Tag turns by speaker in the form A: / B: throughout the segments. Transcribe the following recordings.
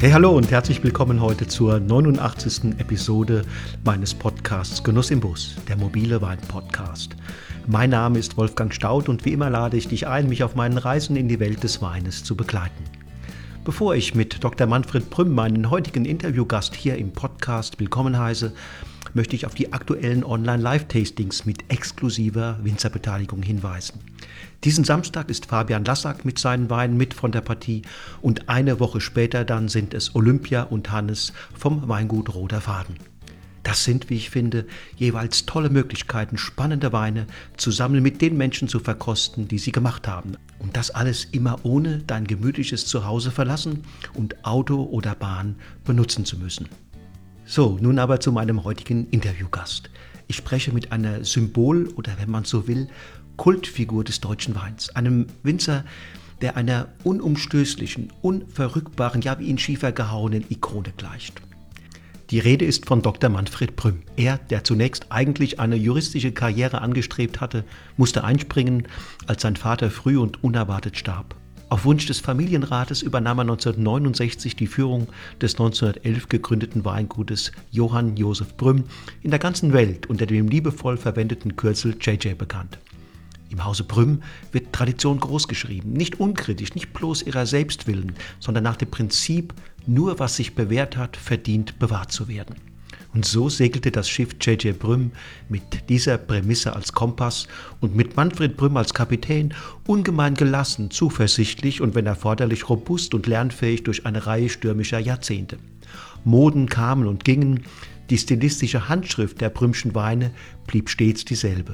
A: Hey, hallo und herzlich willkommen heute zur 89. Episode meines Podcasts Genuss im Bus, der mobile Wein-Podcast. Mein Name ist Wolfgang Staudt und wie immer lade ich dich ein, mich auf meinen Reisen in die Welt des Weines zu begleiten. Bevor ich mit Dr. Manfred Prüm, meinen heutigen Interviewgast hier im Podcast, willkommen heiße, möchte ich auf die aktuellen Online-Live-Tastings mit exklusiver Winzerbeteiligung hinweisen. Diesen Samstag ist Fabian Lassack mit seinen Weinen mit von der Partie und eine Woche später dann sind es Olympia und Hannes vom Weingut Roter Faden. Das sind, wie ich finde, jeweils tolle Möglichkeiten, spannende Weine zusammen mit den Menschen zu verkosten, die sie gemacht haben. Und das alles immer ohne dein gemütliches Zuhause verlassen und Auto oder Bahn benutzen zu müssen. So, nun aber zu meinem heutigen Interviewgast. Ich spreche mit einer Symbol- oder wenn man so will, Kultfigur des deutschen Weins, einem Winzer, der einer unumstößlichen, unverrückbaren, ja wie in Schiefer gehauenen Ikone gleicht. Die Rede ist von Dr. Manfred Prüm. Er, der zunächst eigentlich eine juristische Karriere angestrebt hatte, musste einspringen, als sein Vater früh und unerwartet starb. Auf Wunsch des Familienrates übernahm er 1969 die Führung des 1911 gegründeten Weingutes Johann Joseph Prüm, in der ganzen Welt unter dem liebevoll verwendeten Kürzel JJ bekannt. Im Hause Prüm wird Tradition großgeschrieben, nicht unkritisch, nicht bloß ihrer selbst willen, sondern nach dem Prinzip, nur was sich bewährt hat, verdient bewahrt zu werden. Und so segelte das Schiff JJ Prüm mit dieser Prämisse als Kompass und mit Manfred Prüm als Kapitän ungemein gelassen, zuversichtlich und wenn erforderlich robust und lernfähig durch eine Reihe stürmischer Jahrzehnte. Moden kamen und gingen, die stilistische Handschrift der Prümschen Weine blieb stets dieselbe.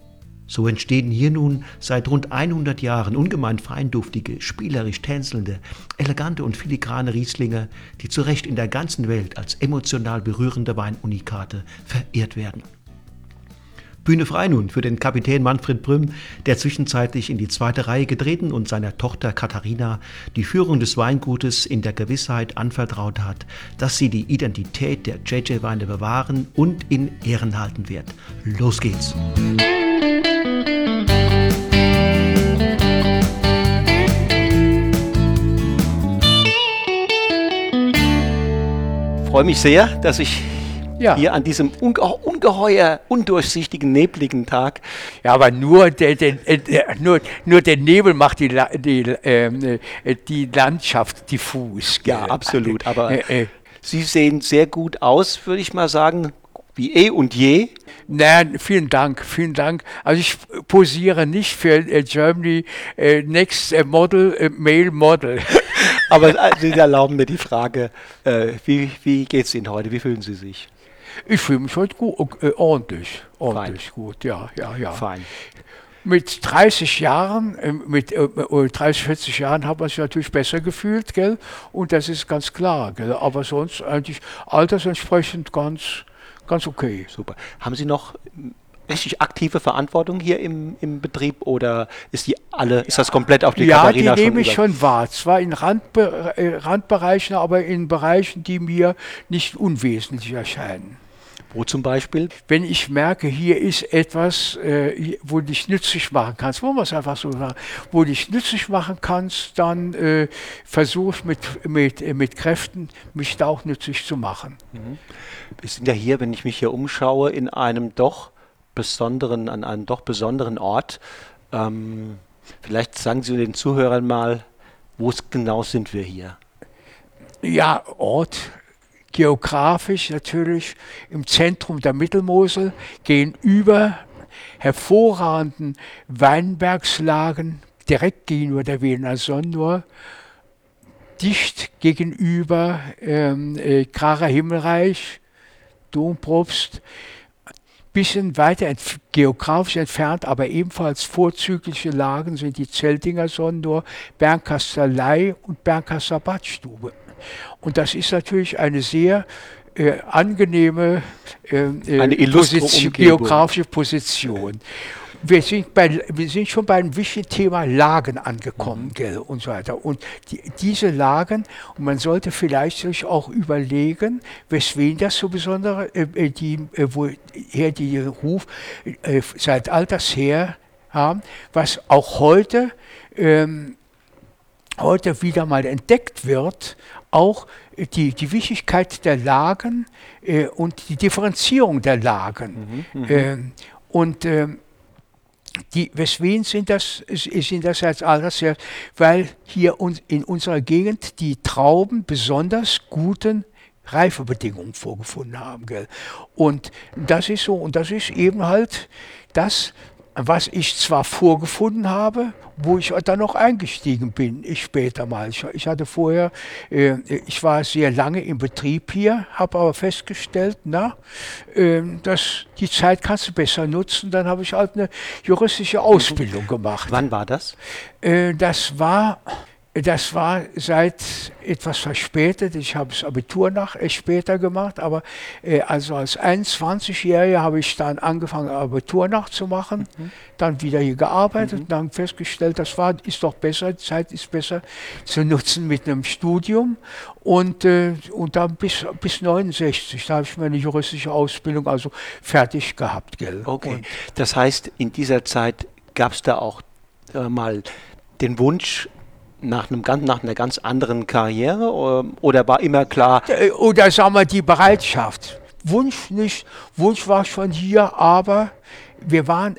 A: So entstehen hier nun seit rund 100 Jahren ungemein feinduftige, spielerisch tänzelnde, elegante und filigrane Rieslinge, die zu Recht in der ganzen Welt als emotional berührende Weinunikate verehrt werden. Bühne frei nun für den Kapitän Manfred Prüm, der zwischenzeitlich in die zweite Reihe getreten und seiner Tochter Katharina die Führung des Weingutes in der Gewissheit anvertraut hat, dass sie die Identität der JJ-Weine bewahren und in Ehren halten wird. Los geht's! Ich freue mich sehr, dass ich hier an diesem ungeheuer undurchsichtigen, nebligen Tag.
B: Ja, aber nur der Nebel macht die Landschaft diffus. Gell?
A: Ja, absolut. Aber Sie sehen sehr gut aus, würde ich mal sagen, wie eh und je.
B: Nein, vielen Dank. Also ich posiere nicht für Germany Next Male Model.
A: Aber Sie erlauben mir die Frage, wie geht es Ihnen heute? Wie fühlen Sie sich?
B: Ich fühle mich heute gut, ordentlich gut, ja.
A: Fein.
B: Mit 30 Jahren, 40 Jahren hat man sich natürlich besser gefühlt, gell? Und das ist ganz klar, gell? Aber sonst eigentlich altersentsprechend ganz okay.
A: Super. Haben Sie noch richtig aktive Verantwortung hier im Betrieb oder ist das komplett auf die Katharina schon?
B: Ja, die nehme ich schon wahr. Zwar in Randbereichen, aber in Bereichen, die mir nicht unwesentlich erscheinen.
A: Wo zum Beispiel?
B: Wenn ich merke, hier ist etwas, wo du dich nützlich machen kannst, wollen wir es einfach so sagen, wo du dich nützlich machen kannst, dann versuche ich mit Kräften, mich da auch nützlich zu machen.
A: Wir sind ja hier, wenn ich mich hier umschaue, an einem doch besonderen Ort. Vielleicht sagen Sie den Zuhörern mal, wo genau sind wir hier?
B: Ja, Ort. Geografisch natürlich im Zentrum der Mittelmosel, gegenüber hervorragenden Weinbergslagen, direkt gegenüber der Wiener Sonnenur, dicht gegenüber Kracher Himmelreich, Dompropst, bisschen weiter geografisch entfernt, aber ebenfalls vorzügliche Lagen sind die Zeltinger Sonnenur, Bernkastelei und Bernkastel Badstube. Und das ist natürlich eine sehr angenehme geografische Position. Wir sind schon bei einem wichtigen Thema Lagen angekommen, gell, und so weiter. Und diese Lagen, und man sollte vielleicht sich auch überlegen, weswegen das so besondere, woher die Ruf seit alters her haben, was auch heute heute wieder mal entdeckt wird, auch die Wichtigkeit der Lagen und die Differenzierung der Lagen. Weswegen sind das als allererstes? Weil hier in unserer Gegend die Trauben besonders guten Reifebedingungen vorgefunden haben. Gell? Und das ist so, und das ist eben halt das, was ich zwar vorgefunden habe, wo ich dann noch eingestiegen bin, ich später mal. Ich hatte vorher, ich war sehr lange im Betrieb hier, habe aber festgestellt, dass die Zeit kannst du besser nutzen. Dann habe ich halt eine juristische Ausbildung gemacht.
A: Wann war das?
B: Das war seit etwas verspätet. Ich habe das Abitur später gemacht, aber also als 21-Jähriger habe ich dann angefangen, Abitur nachzumachen, dann wieder hier gearbeitet und dann festgestellt, ist doch besser, die Zeit ist besser zu nutzen mit einem Studium und dann bis 69, da habe ich meine juristische Ausbildung also fertig gehabt. Gell?
A: Okay, das heißt, in dieser Zeit gab es da auch mal den Wunsch, nach einer ganz anderen Karriere oder war immer klar?
B: Oder sagen wir die Bereitschaft. Wunsch nicht, Wunsch war schon hier, aber wir waren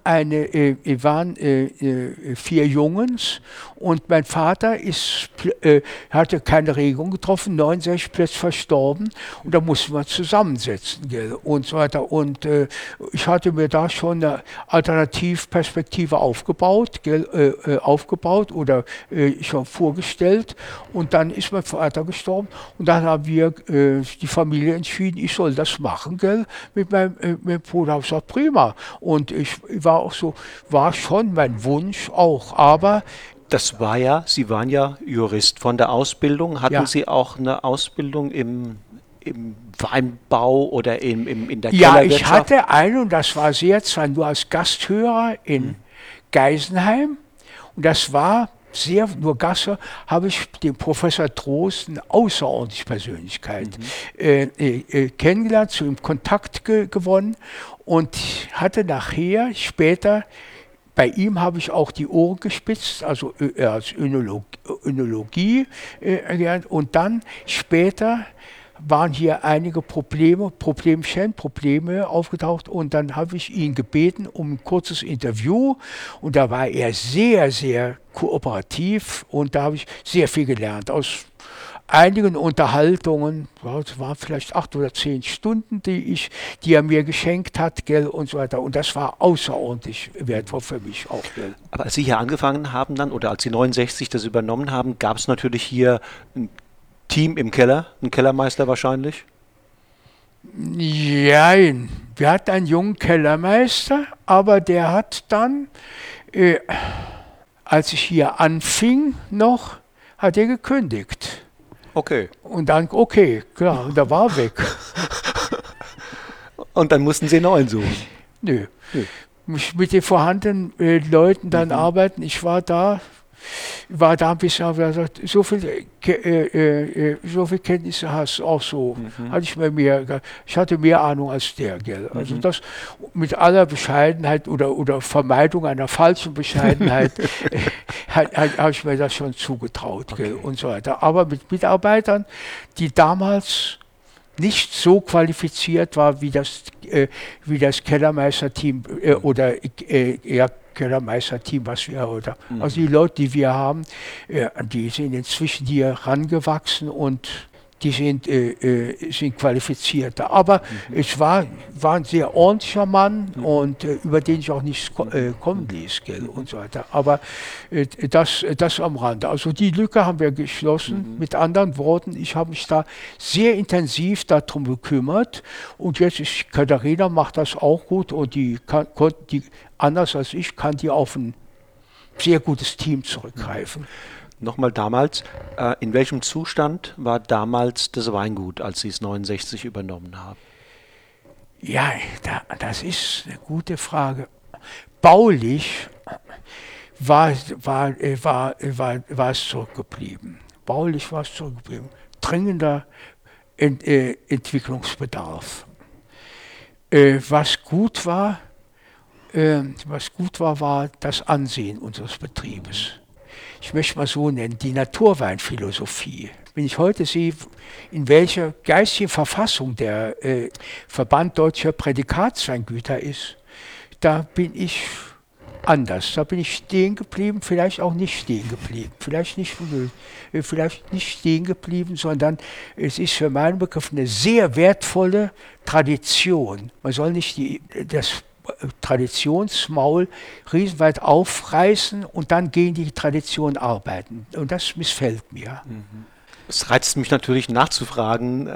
B: 4 Jungs und mein Vater hatte keine Regelung getroffen, 69 plötzlich verstorben und da mussten wir zusammensetzen, gell, und so weiter. Und ich hatte mir da schon eine Alternativperspektive aufgebaut oder schon vorgestellt und dann ist mein Vater gestorben und dann haben wir die Familie entschieden, ich soll das machen, gell, mit meinem Bruder. Ich habe gesagt, prima. Und war schon mein Wunsch auch, aber
A: das war ja, Sie waren ja Jurist von der Ausbildung. Hatten Sie auch eine Ausbildung im Weinbau oder in der Kellerwirtschaft?
B: Ja, ich hatte eine und das war zwar nur als Gasthörer in Geisenheim und das war nur Gasse, habe ich den Professor Trost, eine außerordentliche Persönlichkeit, kennengelernt, zu ihm Kontakt gewonnen und hatte später, bei ihm habe ich auch die Ohren gespitzt, also als Önologie gelernt und dann später waren hier einige Probleme aufgetaucht und dann habe ich ihn gebeten um ein kurzes Interview und da war er sehr, sehr kooperativ und da habe ich sehr viel gelernt aus einigen Unterhaltungen, es waren vielleicht 8 oder 10 Stunden, die er mir geschenkt hat, gell, und so weiter. Und das war außerordentlich wertvoll für mich auch. Gell.
A: Aber als Sie hier angefangen haben dann, oder als Sie 69 das übernommen haben, gab es natürlich hier ein Team im Keller, ein Kellermeister wahrscheinlich?
B: Ja, wir hatten einen jungen Kellermeister, aber der hat dann, als ich hier anfing hat er gekündigt.
A: Okay.
B: Und dann, okay, klar, da war weg.
A: Und dann mussten Sie einen neuen suchen?
B: Nö. Mit den vorhandenen Leuten dann arbeiten. Ich war da ein bisschen, habe gesagt, so viel Kenntnisse hast auch so. Ich hatte mehr Ahnung als der, gell. Also das mit aller Bescheidenheit oder Vermeidung einer falschen Bescheidenheit habe ich mir das schon zugetraut, gell, und so weiter. Aber mit Mitarbeitern, die damals nicht so qualifiziert war wie das Kellermeisterteam Kellermeisterteam, was wir also die Leute, die wir haben, die sind inzwischen hier rangewachsen und die sind qualifizierter. Aber es war ein sehr ordentlicher Mann und über den ich auch nichts kommen ließ, gell, und so weiter. Aber das am Rande. Also die Lücke haben wir geschlossen. Mit anderen Worten, ich habe mich da sehr intensiv darum gekümmert und jetzt ist Katharina, macht das auch gut und die anders als ich, kann die auf ein sehr gutes Team zurückgreifen.
A: Nochmal damals, in welchem Zustand war damals das Weingut, als Sie es 69 übernommen haben?
B: Ja, das ist eine gute Frage. Baulich war es zurückgeblieben. Dringender Entwicklungsbedarf. Was gut war, war das Ansehen unseres Betriebes. ich möchte mal so nennen, die Naturweinphilosophie. Wenn ich heute sehe, in welcher geistigen Verfassung der Verband Deutscher Prädikatsweingüter ist, da bin ich anders. Da bin ich stehen geblieben, vielleicht auch nicht stehen geblieben. Vielleicht nicht stehen geblieben, sondern es ist für meinen Begriff eine sehr wertvolle Tradition. Man soll nicht das Traditionsmaul riesenweit aufreißen und dann gegen die Tradition arbeiten. Und das missfällt mir.
A: Es reizt mich natürlich nachzufragen,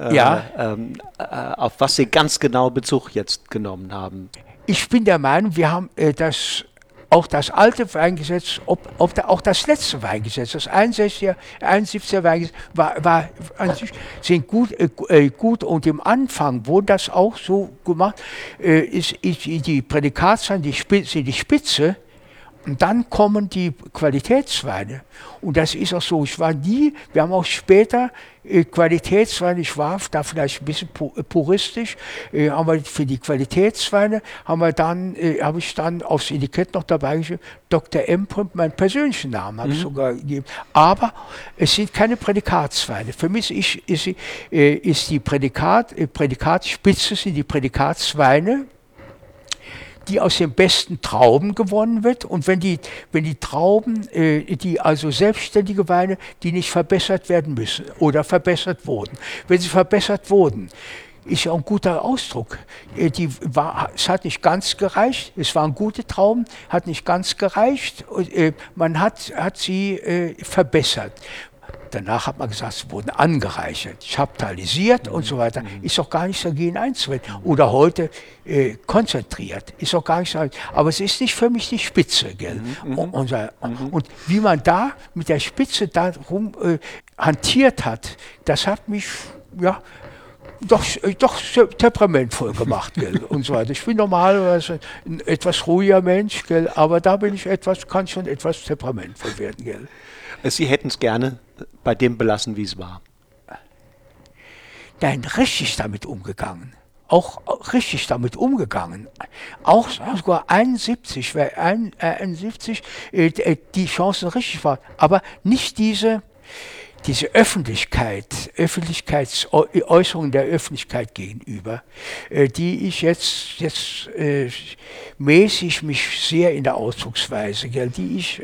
A: auf was Sie ganz genau Bezug jetzt genommen haben.
B: Ich bin der Meinung, wir haben auch das alte Weingesetz, auch das letzte Weingesetz, das 71er Weingesetz, war an sich sind gut und im Anfang wurde das auch so gemacht, ist die Prädikatsweine die Spitze. Und dann kommen die Qualitätsweine. Und das ist auch so. Wir haben auch später Qualitätsweine, ich war da vielleicht ein bisschen puristisch, haben wir für die Qualitätsweine, habe ich dann aufs Etikett noch dabei geschrieben, Dr. M. meinen persönlichen Namen habe ich sogar gegeben. Aber es sind keine Prädikatsweine. Für mich ist die Prädikatsspitze sind die Prädikatsweine, die aus den besten Trauben gewonnen wird. Und wenn die Trauben, die also selbstständige Weine, die nicht verbessert werden müssen oder verbessert wurden. Wenn sie verbessert wurden, ist ja auch ein guter Ausdruck. Es hat nicht ganz gereicht, es waren gute Trauben, hat nicht ganz gereicht, man hat sie verbessert. Danach hat man gesagt, sie wurden angereichert, chaptalisiert und so weiter. Ist doch gar nicht dagegen einzuwenden. Oder heute konzentriert, ist doch gar nicht dagegen. Aber es ist nicht für mich die Spitze. Gell? Und wie man da mit der Spitze darum hantiert hat, das hat mich doch temperamentvoll gemacht, gell, und so weiter. Ich bin normalerweise ein etwas ruhiger Mensch, gell, aber da kann schon etwas temperamentvoll werden, gell.
A: Sie hätten es gerne bei dem belassen, wie es war.
B: Nein, richtig damit umgegangen. Auch richtig damit umgegangen. Auch sogar 71, weil 71 die Chancen richtig waren. Aber nicht diese Öffentlichkeitsäußerung der Öffentlichkeit gegenüber, die ich jetzt mäßig mich sehr in der Ausdrucksweise, die ich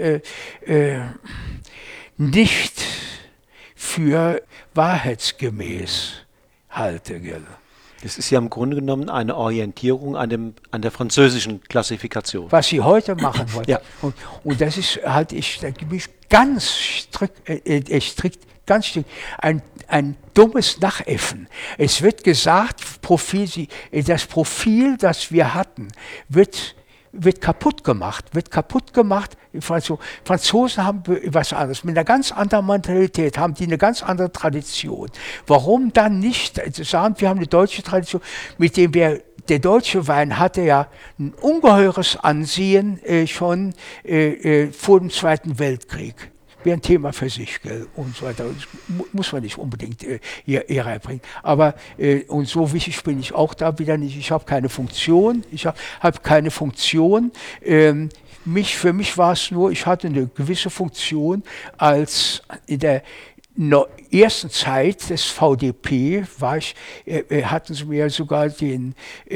B: nicht für wahrheitsgemäß halte.
A: Das ist ja im Grunde genommen eine Orientierung an der französischen Klassifikation.
B: Was Sie heute machen wollen.
A: Ja.
B: Und das ist halt, da gebe ich ganz strikt, ein dummes Nachäffen. Es wird gesagt, das Profil, das wir hatten, wird kaputt gemacht. Die Franzosen haben was anderes, mit einer ganz anderen Mentalität, haben die eine ganz andere Tradition. Warum dann nicht sagen, wir haben eine deutsche Tradition, mit dem der deutsche Wein hatte ja ein ungeheures Ansehen schon vor dem Zweiten Weltkrieg. Wäre ein Thema für sich, gell, und so weiter. Das muss man nicht unbedingt hier reinbringen. Aber, und so wichtig bin ich auch da wieder nicht. Ich habe keine Funktion. Für mich war es nur, ich hatte eine gewisse Funktion als in der ersten Zeit des VDP hatten sie mir sogar den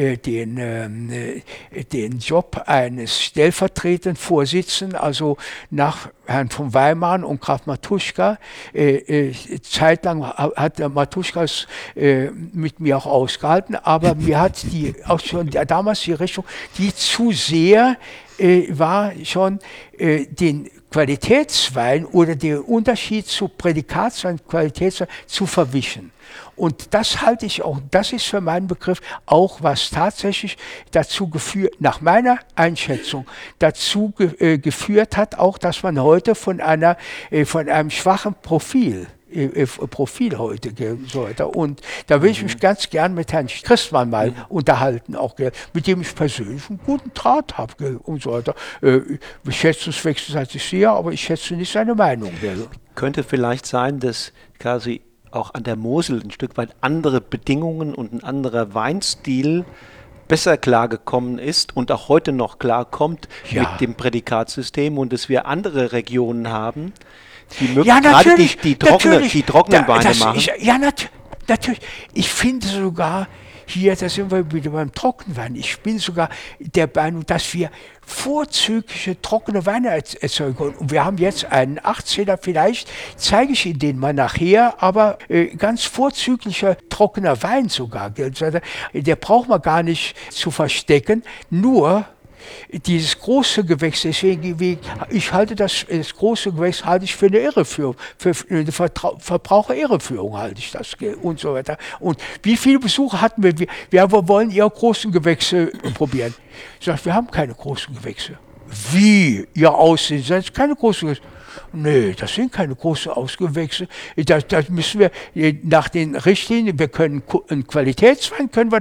B: Job eines stellvertretenden Vorsitzenden, also nach Herrn von Weimann und Graf Matuschka. Zeitlang hat der Matuschka es mit mir auch ausgehalten, aber mir hat damals die Richtung, die zu sehr war schon den Qualitätswein oder der Unterschied zu Prädikatswein und Qualitätswein zu verwischen. Und das halte ich auch, das ist für meinen Begriff auch, was tatsächlich dazu geführt, nach meiner Einschätzung, dazu geführt hat, auch, dass man heute von einem schwachen Profil heute, gell, so weiter. Und da will ich mich ganz gern mit Herrn Christmann mal unterhalten, auch, gell, mit dem ich persönlich einen guten Draht habe, gell, und so weiter. Ich schätze es wechselseitig sehr, aber ich schätze nicht seine Meinung, gell.
A: Könnte vielleicht sein, dass quasi auch an der Mosel ein Stück weit andere Bedingungen und ein anderer Weinstil besser klargekommen ist und auch heute noch klarkommt
B: Ja.
A: mit dem Prädikatssystem und dass wir andere Regionen haben, die
B: Ja,
A: gerade
B: natürlich.
A: die trockenen Weine
B: das
A: machen.
B: Natürlich. Ich finde sogar, hier, da sind wir wieder beim Trockenwein. Ich bin sogar der Meinung, dass wir vorzügliche trockene Weine erzeugen können. Und wir haben jetzt einen 18er, vielleicht zeige ich Ihnen den mal nachher, aber ganz vorzüglicher trockener Wein sogar. Der braucht man gar nicht zu verstecken, nur dieses große Gewächs, deswegen, ich halte das große Gewächs halte ich für eine Irreführung, für eine Verbraucherirreführung halte ich das und so weiter. Und wie viele Besucher hatten wir? Wir wollen Ihre großen Gewächse probieren. Ich sage, wir haben keine großen Gewächse. Wie? Ihr Aussehen, sind keine großen Gewächse? Nee, das sind keine großen Ausgewächse. Das müssen wir nach den Richtlinien, wir können einen Qualitätswein können wir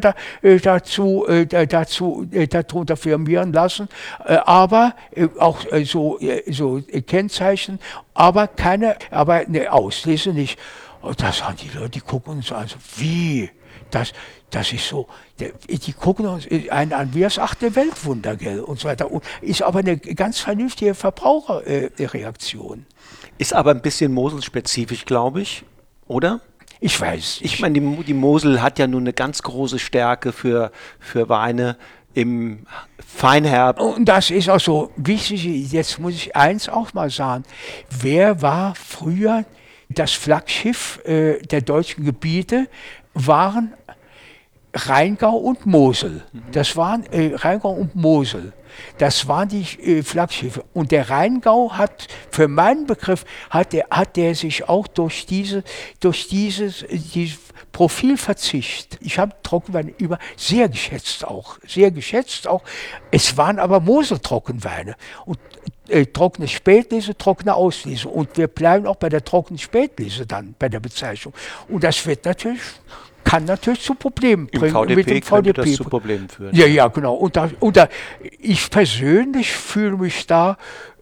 B: darunter firmieren lassen, aber auch so Kennzeichen, aber eine Auslese nicht. Und das haben die Leute, die gucken uns an, so, wie? Das ist so, die gucken uns an wie das 8. Weltwunder, gell, und so weiter. Und ist aber eine ganz vernünftige Verbraucherreaktion.
A: Ist aber ein bisschen moselspezifisch, glaube ich, oder?
B: Ich weiß.
A: Ich meine, die Mosel hat ja nun eine ganz große Stärke für Weine im Feinherb.
B: Und das ist auch so wichtig, jetzt muss ich eins auch mal sagen, wer war früher das Flaggschiff der deutschen Gebiete, waren Rheingau und Mosel. Das waren Rheingau und Mosel. Das waren die Flaggschiffe. Und der Rheingau hat, für meinen Begriff, hat der sich auch durch dieses Profilverzicht, ich habe Trockenweine sehr geschätzt auch. Es waren aber Mosel-Trockenweine. Und trockene Spätlese, trockene Auslese. Und wir bleiben auch bei der trockenen Spätlese dann, bei der Bezeichnung. Und das kann natürlich zu Problemen bringen.
A: Mit dem VDP könnte das zu Problemen führen.
B: Ja, genau. Und ich persönlich fühle mich da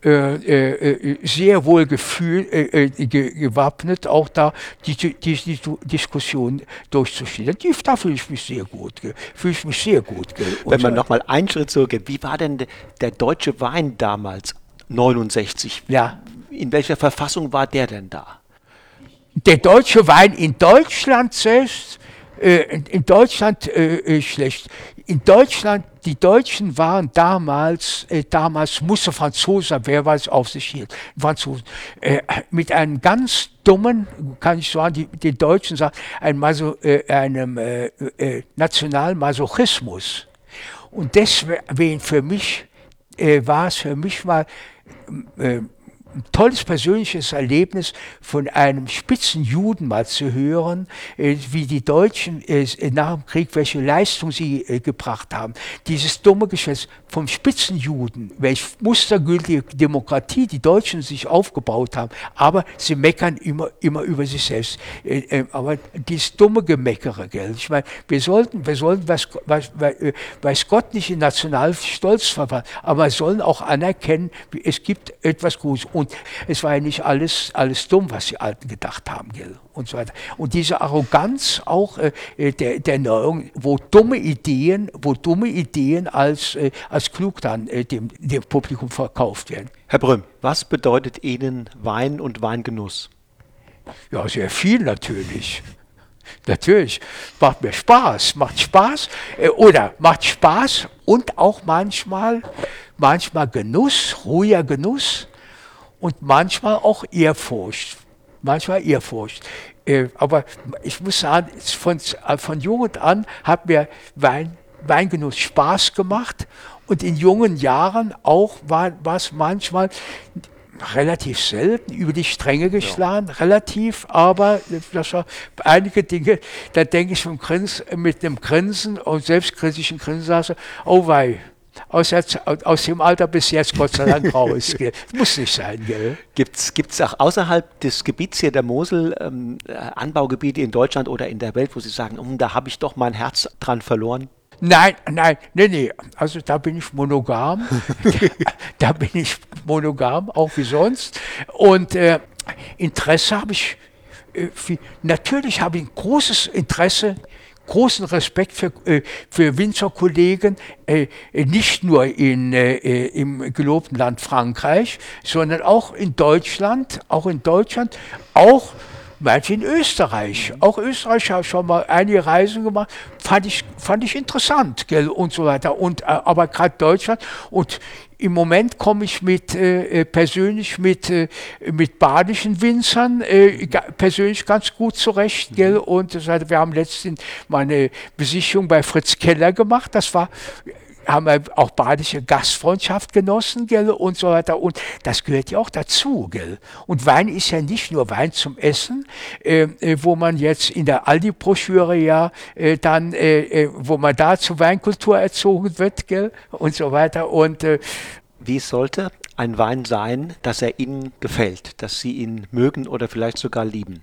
B: sehr wohl gewappnet, auch da die Diskussion durchzuführen. Da fühle ich mich sehr gut.
A: Wenn man nochmal einen Schritt zurückgeht, wie war denn der deutsche Wein damals, 69?
B: Ja.
A: In welcher Verfassung war der denn da?
B: Der deutsche Wein in Deutschland selbst, in Deutschland schlecht. In Deutschland, die Deutschen waren damals musste Franzosen, wer weiß, auf sich hielt. Franzosen. Mit einem ganz dummen, kann ich sagen, die Deutschen sagen, einem Nationalmasochismus. Und deswegen war es für mich mal ein tolles persönliches Erlebnis, von einem Spitzenjuden mal zu hören, wie die Deutschen nach dem Krieg, welche Leistung sie gebracht haben. Dieses dumme Geschwätz vom Spitzenjuden, welche mustergültige Demokratie die Deutschen sich aufgebaut haben, aber sie meckern immer über sich selbst. Aber dieses dumme Gemeckere, gell? Ich meine, wir sollten weiß Gott nicht in Nationalstolz verwandeln, aber wir sollen auch anerkennen, es gibt etwas Gutes. Und es war ja nicht alles dumm, was die Alten gedacht haben, gell? Und so weiter. Und diese Arroganz auch der Neuerung, wo dumme Ideen als klug dann dem Publikum verkauft werden.
A: Herr Brüm, was bedeutet Ihnen Wein und Weingenuss?
B: Ja, sehr viel natürlich. Natürlich, macht Spaß und auch manchmal Genuss, ruhiger Genuss. Und manchmal auch Ehrfurcht. Aber ich muss sagen, von Jugend an hat mir Weingenuss Spaß gemacht. Und in jungen Jahren auch war es manchmal relativ selten über die Stränge geschlagen, aber das war einige Dinge, da denke ich mit einem Grinsen und selbstkritischen Grinsen, saß oh wei. Aus dem Alter bis jetzt, Gott sei Dank, raus. Muss nicht sein, gell?
A: Gibt's auch außerhalb des Gebiets hier der Mosel Anbaugebiete in Deutschland oder in der Welt, wo Sie sagen, da habe ich doch mein Herz dran verloren?
B: Nein. Also da bin ich monogam. Auch wie sonst. Und Interesse habe ich, natürlich habe ich ein großes Interesse, großen Respekt für Winzerkollegen, nicht nur im gelobten Land Frankreich, sondern auch in Deutschland, auch manche in Österreich. Auch Österreich habe ich schon mal einige Reisen gemacht, fand ich interessant, gell, und so weiter. Aber gerade Deutschland, und im Moment komme ich persönlich mit badischen Winzern persönlich ganz gut zurecht, gell, und wir haben letztens mal eine Besichtigung bei Fritz Keller gemacht, haben wir auch badische Gastfreundschaft genossen, gell, und so weiter. Und das gehört ja auch dazu, gell. Und Wein ist ja nicht nur Wein zum Essen, wo man jetzt in der Aldi-Broschüre wo man da zur Weinkultur erzogen wird, gell, und so weiter. Und
A: wie sollte ein Wein sein, dass er Ihnen gefällt, dass Sie ihn mögen oder vielleicht sogar lieben?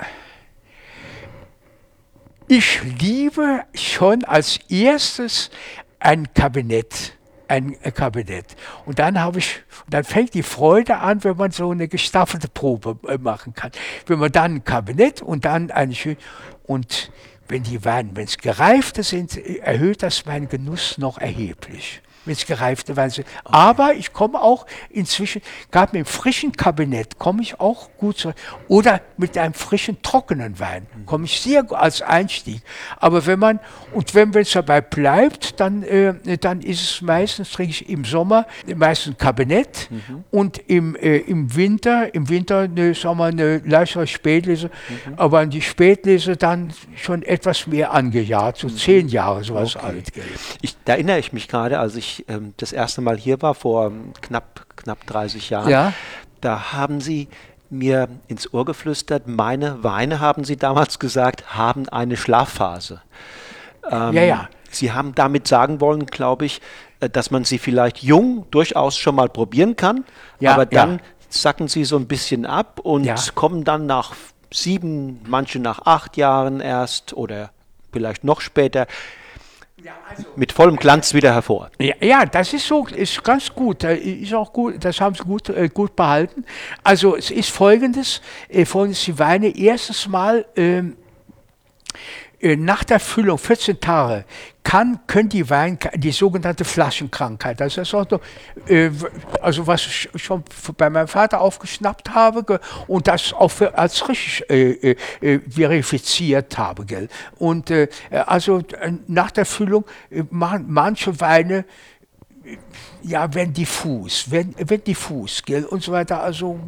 B: Ich liebe schon als erstes ein Kabinett. Und dann fängt die Freude an, wenn man so eine gestaffelte Probe machen kann. Wenn man dann ein Kabinett und dann und wenn es gereifte sind, erhöht das meinen Genuss noch erheblich. Wenn es gereifte Weine sind. Okay. Aber ich komme auch inzwischen, gerade mit dem frischen Kabinett, komme ich auch gut zurecht. Oder mit einem frischen, trockenen Wein komme ich sehr gut als Einstieg. Aber wenn es dabei bleibt, dann ist es meistens, trinke ich im Sommer meistens ein Kabinett und im Winter eine leichtere Spätlese, aber an die Spätlese dann schon etwas mehr angejahrt, so 10 Jahre sowas alt.
A: Da erinnere ich mich gerade, als ich das erste Mal hier war, vor knapp 30 Jahren,
B: ja?
A: Da haben Sie mir ins Ohr geflüstert, meine Weine, haben Sie damals gesagt, haben eine Schlafphase.
B: Ja.
A: Sie haben damit sagen wollen, glaube ich, dass man sie vielleicht jung durchaus schon mal probieren kann, aber dann sacken sie so ein bisschen ab und kommen dann nach 7, manche nach 8 Jahren erst oder vielleicht noch später mit vollem Glanz wieder hervor.
B: Ja, das ist so, ist ganz gut, ist auch gut, das haben sie gut behalten. Also es ist folgendes, die Weine erstens mal nach der Füllung, 14 Tage, können die Weine, die sogenannte Flaschenkrankheit, das ist auch noch, was ich schon bei meinem Vater aufgeschnappt habe und das auch als richtig verifiziert habe. Gell? Und nach der Füllung machen manche Weine, werden diffus, gell, und so weiter, also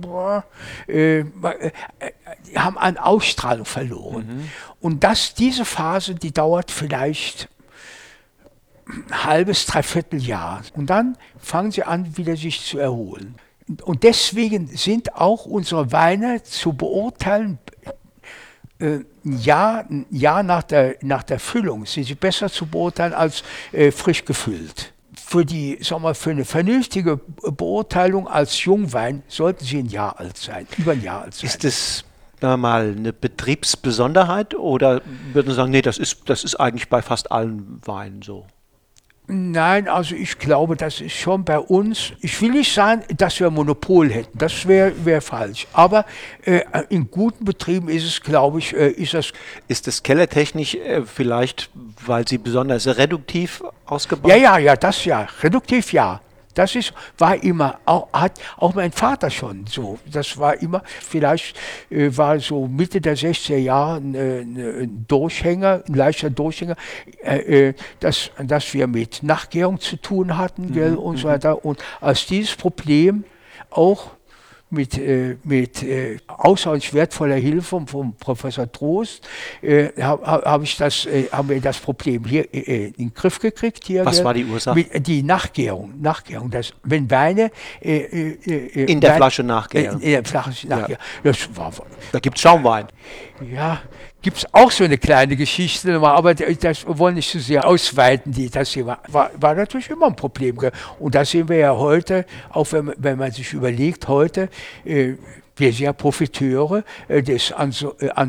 B: haben an Ausstrahlung verloren. Und diese Phase, die dauert vielleicht ein halbes, dreiviertel Jahr. Und dann fangen sie an, wieder sich zu erholen. Und deswegen sind auch unsere Weine zu beurteilen, ein Jahr nach der Füllung sind sie besser zu beurteilen als frisch gefüllt. Für eine vernünftige Beurteilung als Jungwein sollten sie über ein Jahr alt sein.
A: Ist das mal eine Betriebsbesonderheit oder würden Sie sagen, nee, das ist eigentlich bei fast allen Weinen so?
B: Nein, also ich glaube, das ist schon bei uns, ich will nicht sagen, dass wir ein Monopol hätten, das wäre falsch, aber in guten Betrieben ist es, glaube ich, Ist das kellertechnisch vielleicht, weil Sie besonders reduktiv ausgebaut sind? Ja, reduktiv ja. Das war immer, hat auch mein Vater schon so. Das war immer, vielleicht war so Mitte der 60er Jahre ein leichter Durchhänger, dass wir mit Nachgärung zu tun hatten, gell, und so weiter. Und als dieses Problem auch mit außerordentlich wertvoller Hilfe vom Professor Trost haben wir das Problem hier in den Griff gekriegt.
A: Was war die Ursache?
B: Die Nachgärung. Wenn Weine
A: in der Flasche nachgären.
B: In der Flasche nachgären.
A: Ja. Da gibt es Schaumwein.
B: Ja, gibt es auch so eine kleine Geschichte, aber das wollen nicht so sehr ausweiten. Das hier war natürlich immer ein Problem. Gell? Und das sehen wir ja heute, auch wenn man sich überlegt, heute, wir sind ja Profiteure des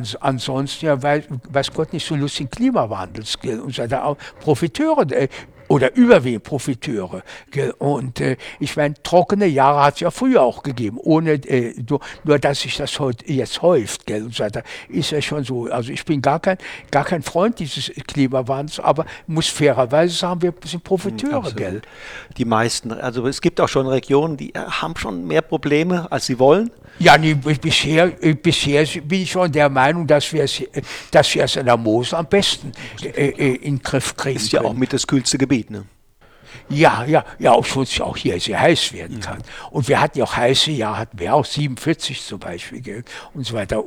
B: ansonsten, weiß Gott, nicht so lustigen Klimawandels. Gell? Und sind da auch Profiteure. oder überwiegend Profiteure. Gell? Und ich meine, trockene Jahre hat es ja früher auch gegeben, ohne nur dass sich das jetzt häuft. Gell? Und so weiter. Ist ja schon so. Also ich bin gar kein Freund dieses Klimawandels, aber muss fairerweise sagen, wir sind Profiteure. Gell?
A: Die meisten, also es gibt auch schon Regionen, die haben schon mehr Probleme, als sie wollen.
B: Ja, nee, bisher bin ich schon der Meinung, dass wir es in der Mosel am besten in den Griff kriegen
A: Ist ja
B: können.
A: auch mit das kühlste Gebiet, ne?
B: Ja, obwohl es ja auch hier sehr heiß werden kann. Und wir hatten ja auch heiße Jahre, hatten wir auch 47 zum Beispiel, gell, und so weiter.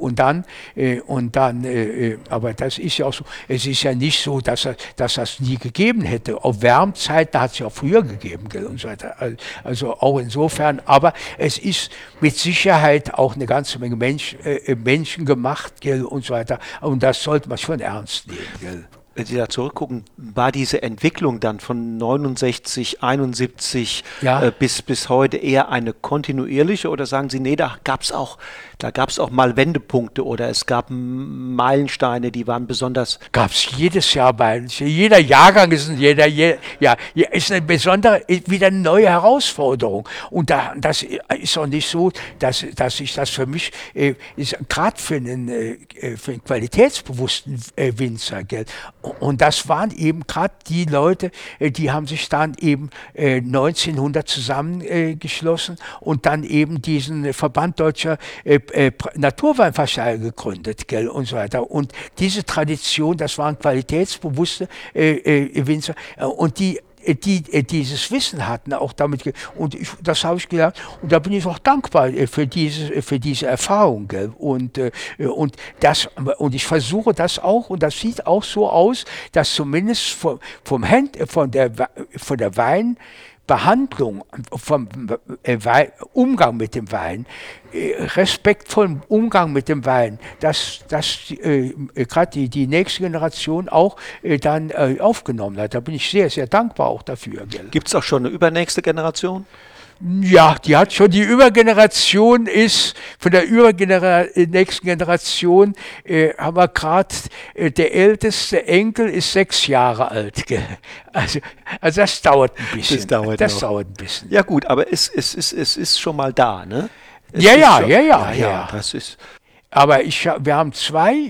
B: Aber das ist ja auch so, es ist ja nicht so, dass das nie gegeben hätte. Auf Wärmzeiten hat es ja auch früher gegeben, gell, und so weiter. Also auch insofern, aber es ist mit Sicherheit auch eine ganze Menge Menschen gemacht, gell, und so weiter. Und das sollte man schon ernst nehmen, gell.
A: Wenn Sie da zurückgucken, war diese Entwicklung dann von 69, 71 bis heute eher eine kontinuierliche, oder sagen Sie, nee, da gab es auch mal Wendepunkte oder es gab Meilensteine, die waren besonders...
B: Gab es jedes Jahr jeder Jahrgang ist eine besondere, wieder eine neue Herausforderung. Und das ist auch nicht so, dass ich das für mich, gerade für einen qualitätsbewussten Winzer, gell. Und das waren eben gerade die Leute, die haben sich dann eben 1900 zusammengeschlossen und dann eben diesen Verband Deutscher Naturweinversteiger gegründet, gell, und so weiter. Und diese Tradition, das waren qualitätsbewusste Winzer und die dieses Wissen hatten, auch damit, und das habe ich gelernt, und da bin ich auch dankbar für diese Erfahrung, gell? Und ich versuche das auch, und das sieht auch so aus, dass zumindest von der Weinbehandlung, vom Umgang mit dem Wein, respektvollen Umgang mit dem Wein, dass gerade die nächste Generation auch dann aufgenommen hat. Da bin ich sehr, sehr dankbar auch dafür.
A: Gibt es auch schon eine übernächste Generation?
B: Ja, die hat schon, die Übergeneration ist, von der nächsten Generation haben wir gerade, der älteste Enkel ist 6 Jahre alt. Gell? Also das dauert ein bisschen. Das dauert ein bisschen.
A: Ja gut, aber es ist schon mal da, ne?
B: Ja.
A: Das ist...
B: Aber wir haben zwei,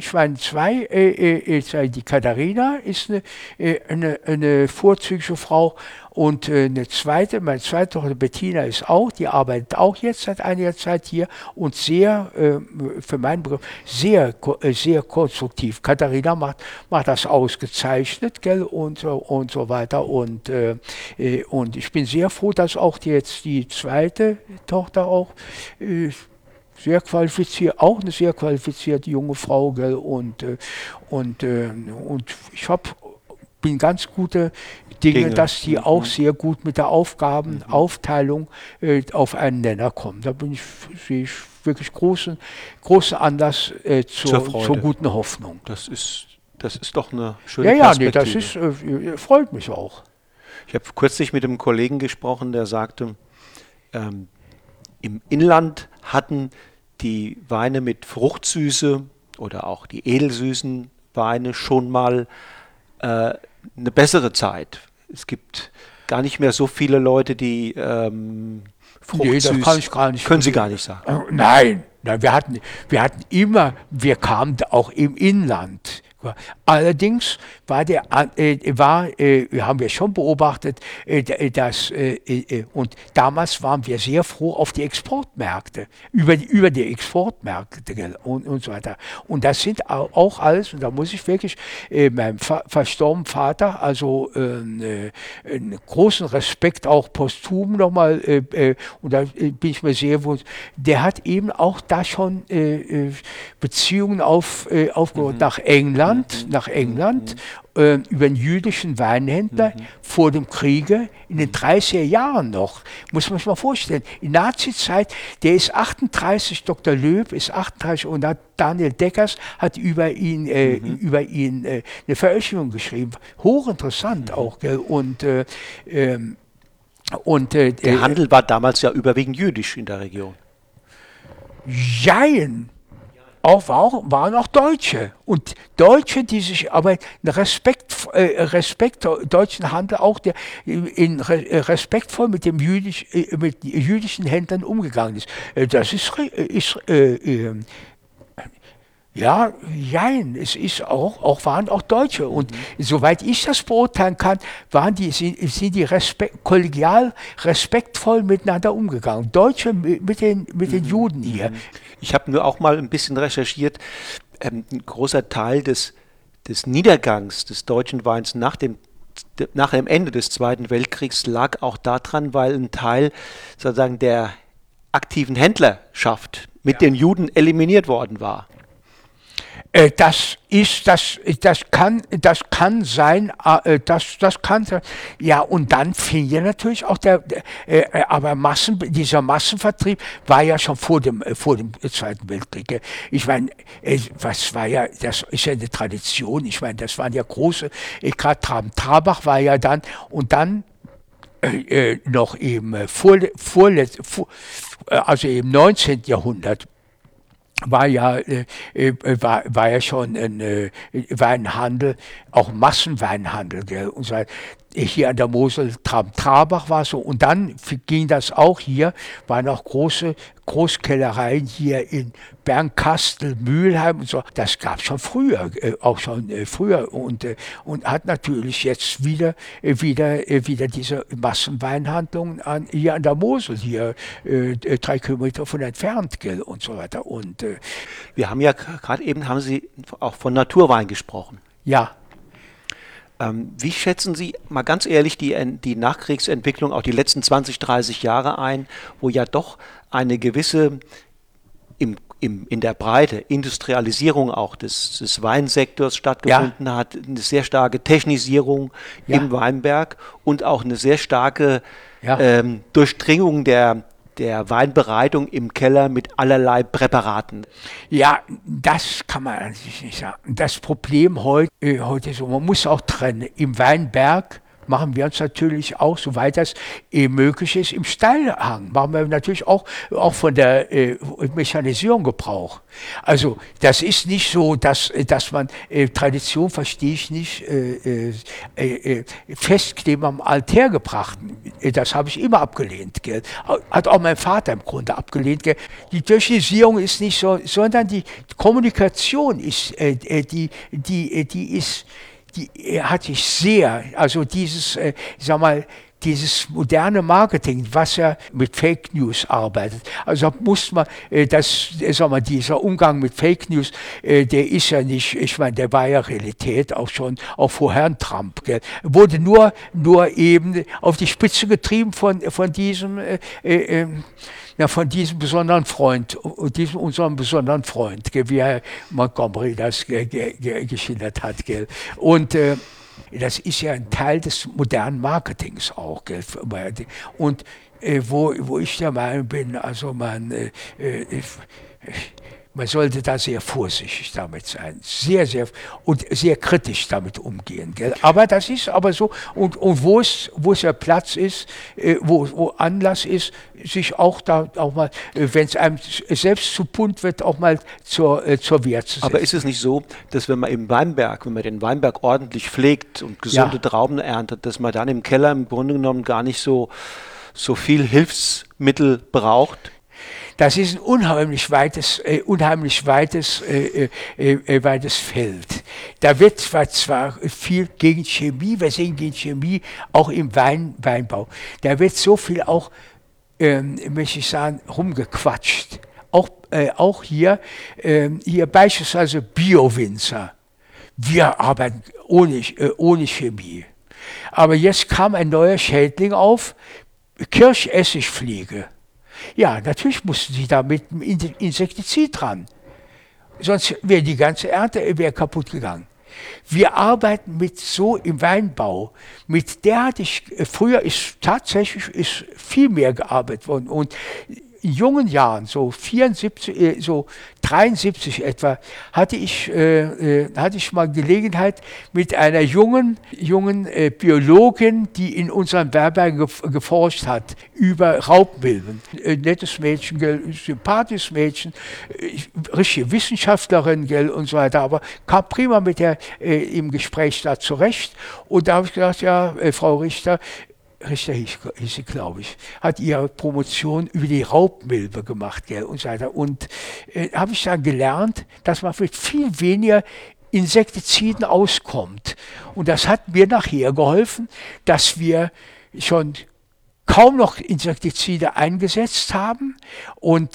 B: die Katharina ist eine vorzügliche Frau und meine zweite Tochter Bettina ist auch, die arbeitet auch jetzt seit einiger Zeit hier und sehr, für meinen Begriff, sehr konstruktiv. Katharina macht das ausgezeichnet, gell, und so weiter und ich bin sehr froh, dass auch jetzt die zweite Tochter auch sehr qualifiziert, auch eine sehr qualifizierte junge Frau, gell, und ich bin ganz gute Dinge, dass die auch sehr gut mit der Aufgabenaufteilung auf einen Nenner kommen. Da sehe ich wirklich großen Anlass zur guten Hoffnung.
A: Das ist doch eine schöne Perspektive.
B: Das freut mich auch.
A: Ich habe kürzlich mit einem Kollegen gesprochen, der sagte, im Inland hatten die Weine mit Fruchtsüße oder auch die edelsüßen Weine schon mal eine bessere Zeit. Es gibt gar nicht mehr so viele Leute, die fruchtsüß...
B: Nee, das kann ich gar nicht.
A: Können Sie gar nicht sagen?
B: Nein, wir kamen auch im Inland. Allerdings haben wir schon beobachtet, und damals waren wir sehr froh auf die Exportmärkte, über die Exportmärkte und so weiter. Und das sind auch alles, und da muss ich wirklich meinem verstorbenen Vater, also einen großen Respekt auch posthum nochmal, und da bin ich mir sehr wohl, der hat eben auch da schon Beziehungen aufgebaut nach England, über einen jüdischen Weinhändler vor dem Kriege in den 30er Jahren noch. Muss man sich mal vorstellen. In Nazi-Zeit, der ist 38, Dr. Löb ist 38 und Daniel Deckers hat über ihn eine Veröffentlichung geschrieben. Hochinteressant auch. Gell?
A: Der Handel war damals ja überwiegend jüdisch in der Region.
B: Jein. waren auch Deutsche. Und Deutsche, die sich aber Respekt deutschen Handel auch respektvoll mit mit jüdischen Händlern umgegangen ist. Das ist ja, jein, es ist waren auch Deutsche. Und soweit ich das beurteilen kann, sind die kollegial respektvoll miteinander umgegangen. Deutsche mit den Juden hier.
A: Ich habe nur auch mal ein bisschen recherchiert. Ein großer Teil des Niedergangs des deutschen Weins nach dem Ende des Zweiten Weltkriegs lag auch daran, weil ein Teil sozusagen der aktiven Händlerschaft mit den Juden eliminiert worden war.
B: Das kann sein, das kann sein. Ja, und dann fing ja natürlich auch aber dieser Massenvertrieb war ja schon vor dem Zweiten Weltkrieg. Ich meine, das ist ja eine Tradition. Ich meine, das waren ja große, gerade Trabach war ja dann, und dann noch im also im 19. Jahrhundert war ja schon ein Weinhandel, auch Massenweinhandel, gell? Und so, hier an der Mosel, Trabach war so, und dann ging das auch hier, waren auch große Großkellereien hier in Bernkastel, Mülheim und so. Das gab es schon früher, und hat natürlich jetzt wieder diese Massenweinhandlungen hier an der Mosel, hier 3 Kilometer von entfernt, gell, und so weiter. Und
A: wir haben ja gerade eben, haben Sie auch von Naturwein gesprochen.
B: Ja.
A: Wie schätzen Sie mal ganz ehrlich die Nachkriegsentwicklung, auch die letzten 20, 30 Jahre ein, wo ja doch eine gewisse in der Breite Industrialisierung auch des Weinsektors stattgefunden hat, eine sehr starke Technisierung im Weinberg und auch eine sehr starke Durchdringung der Weinbereitung im Keller mit allerlei Präparaten.
B: Ja, das kann man eigentlich nicht sagen. Das Problem heute ist so, man muss auch trennen. Im Weinberg machen wir uns natürlich auch, soweit das möglich ist, im Steilhang machen wir natürlich auch von der Mechanisierung Gebrauch. Also das ist nicht so, dass man, Tradition verstehe ich nicht, Festkleben am Althergebrachten. Das habe ich immer abgelehnt. Gell. Hat auch mein Vater im Grunde abgelehnt. Gell. Die Technisierung ist nicht so, sondern die Kommunikation ist, die hat sich sehr, also dieses moderne Marketing, was ja mit Fake News arbeitet. Also muss man, dieser Umgang mit Fake News, der ist ja nicht, ich meine, der war ja Realität auch vor Herrn Trump. Gell. Wurde nur eben auf die Spitze getrieben von diesem besonderen Freund, unserem besonderen Freund, wie Herr Montgomery das geschildert hat. Gell. Und das ist ja ein Teil des modernen Marketings auch. Gell. Und wo ich der Meinung bin, also man sollte da sehr vorsichtig damit sein, sehr sehr kritisch damit umgehen. Gell? Aber das ist aber so, und wo es ja Platz ist, wo Anlass ist, sich auch mal, wenn es einem selbst zu bunt wird, auch mal zur Wehr zu setzen.
A: Aber ist es nicht so, dass wenn man den Weinberg ordentlich pflegt und gesunde Trauben erntet, dass man dann im Keller im Grunde genommen gar nicht so viel Hilfsmittel braucht?
B: Das ist ein unheimlich weites Feld. Da wird zwar viel gegen Chemie, wir sehen gegen Chemie auch im Weinbau. Da wird so viel auch, möchte ich sagen, rumgequatscht. Auch hier beispielsweise Bio-Winzer. Wir arbeiten ohne Chemie. Aber jetzt kam ein neuer Schädling auf, Kirschessigfliege. Ja, natürlich mussten sie da mit einem Insektizid dran. Sonst wäre die ganze Ernte kaputt gegangen. Wir arbeiten im Weinbau, früher ist tatsächlich viel mehr gearbeitet worden. Und in jungen Jahren, so 74, so 73 etwa, hatte ich mal Gelegenheit mit einer jungen Biologin, die in unseren Herbergen geforscht hat, über Raubmilben. Nettes Mädchen, gell, sympathisches Mädchen, richtige Wissenschaftlerin, gell, und so weiter, aber kam prima mit der im Gespräch da zurecht. Und da habe ich gesagt, ja, Frau Richter hieß sie, glaube ich, hat ihre Promotion über die Raubmilbe gemacht, gell, und so weiter. Und habe ich dann gelernt, dass man mit viel weniger Insektiziden auskommt. Und das hat mir nachher geholfen, dass wir schon kaum noch Insektizide eingesetzt haben und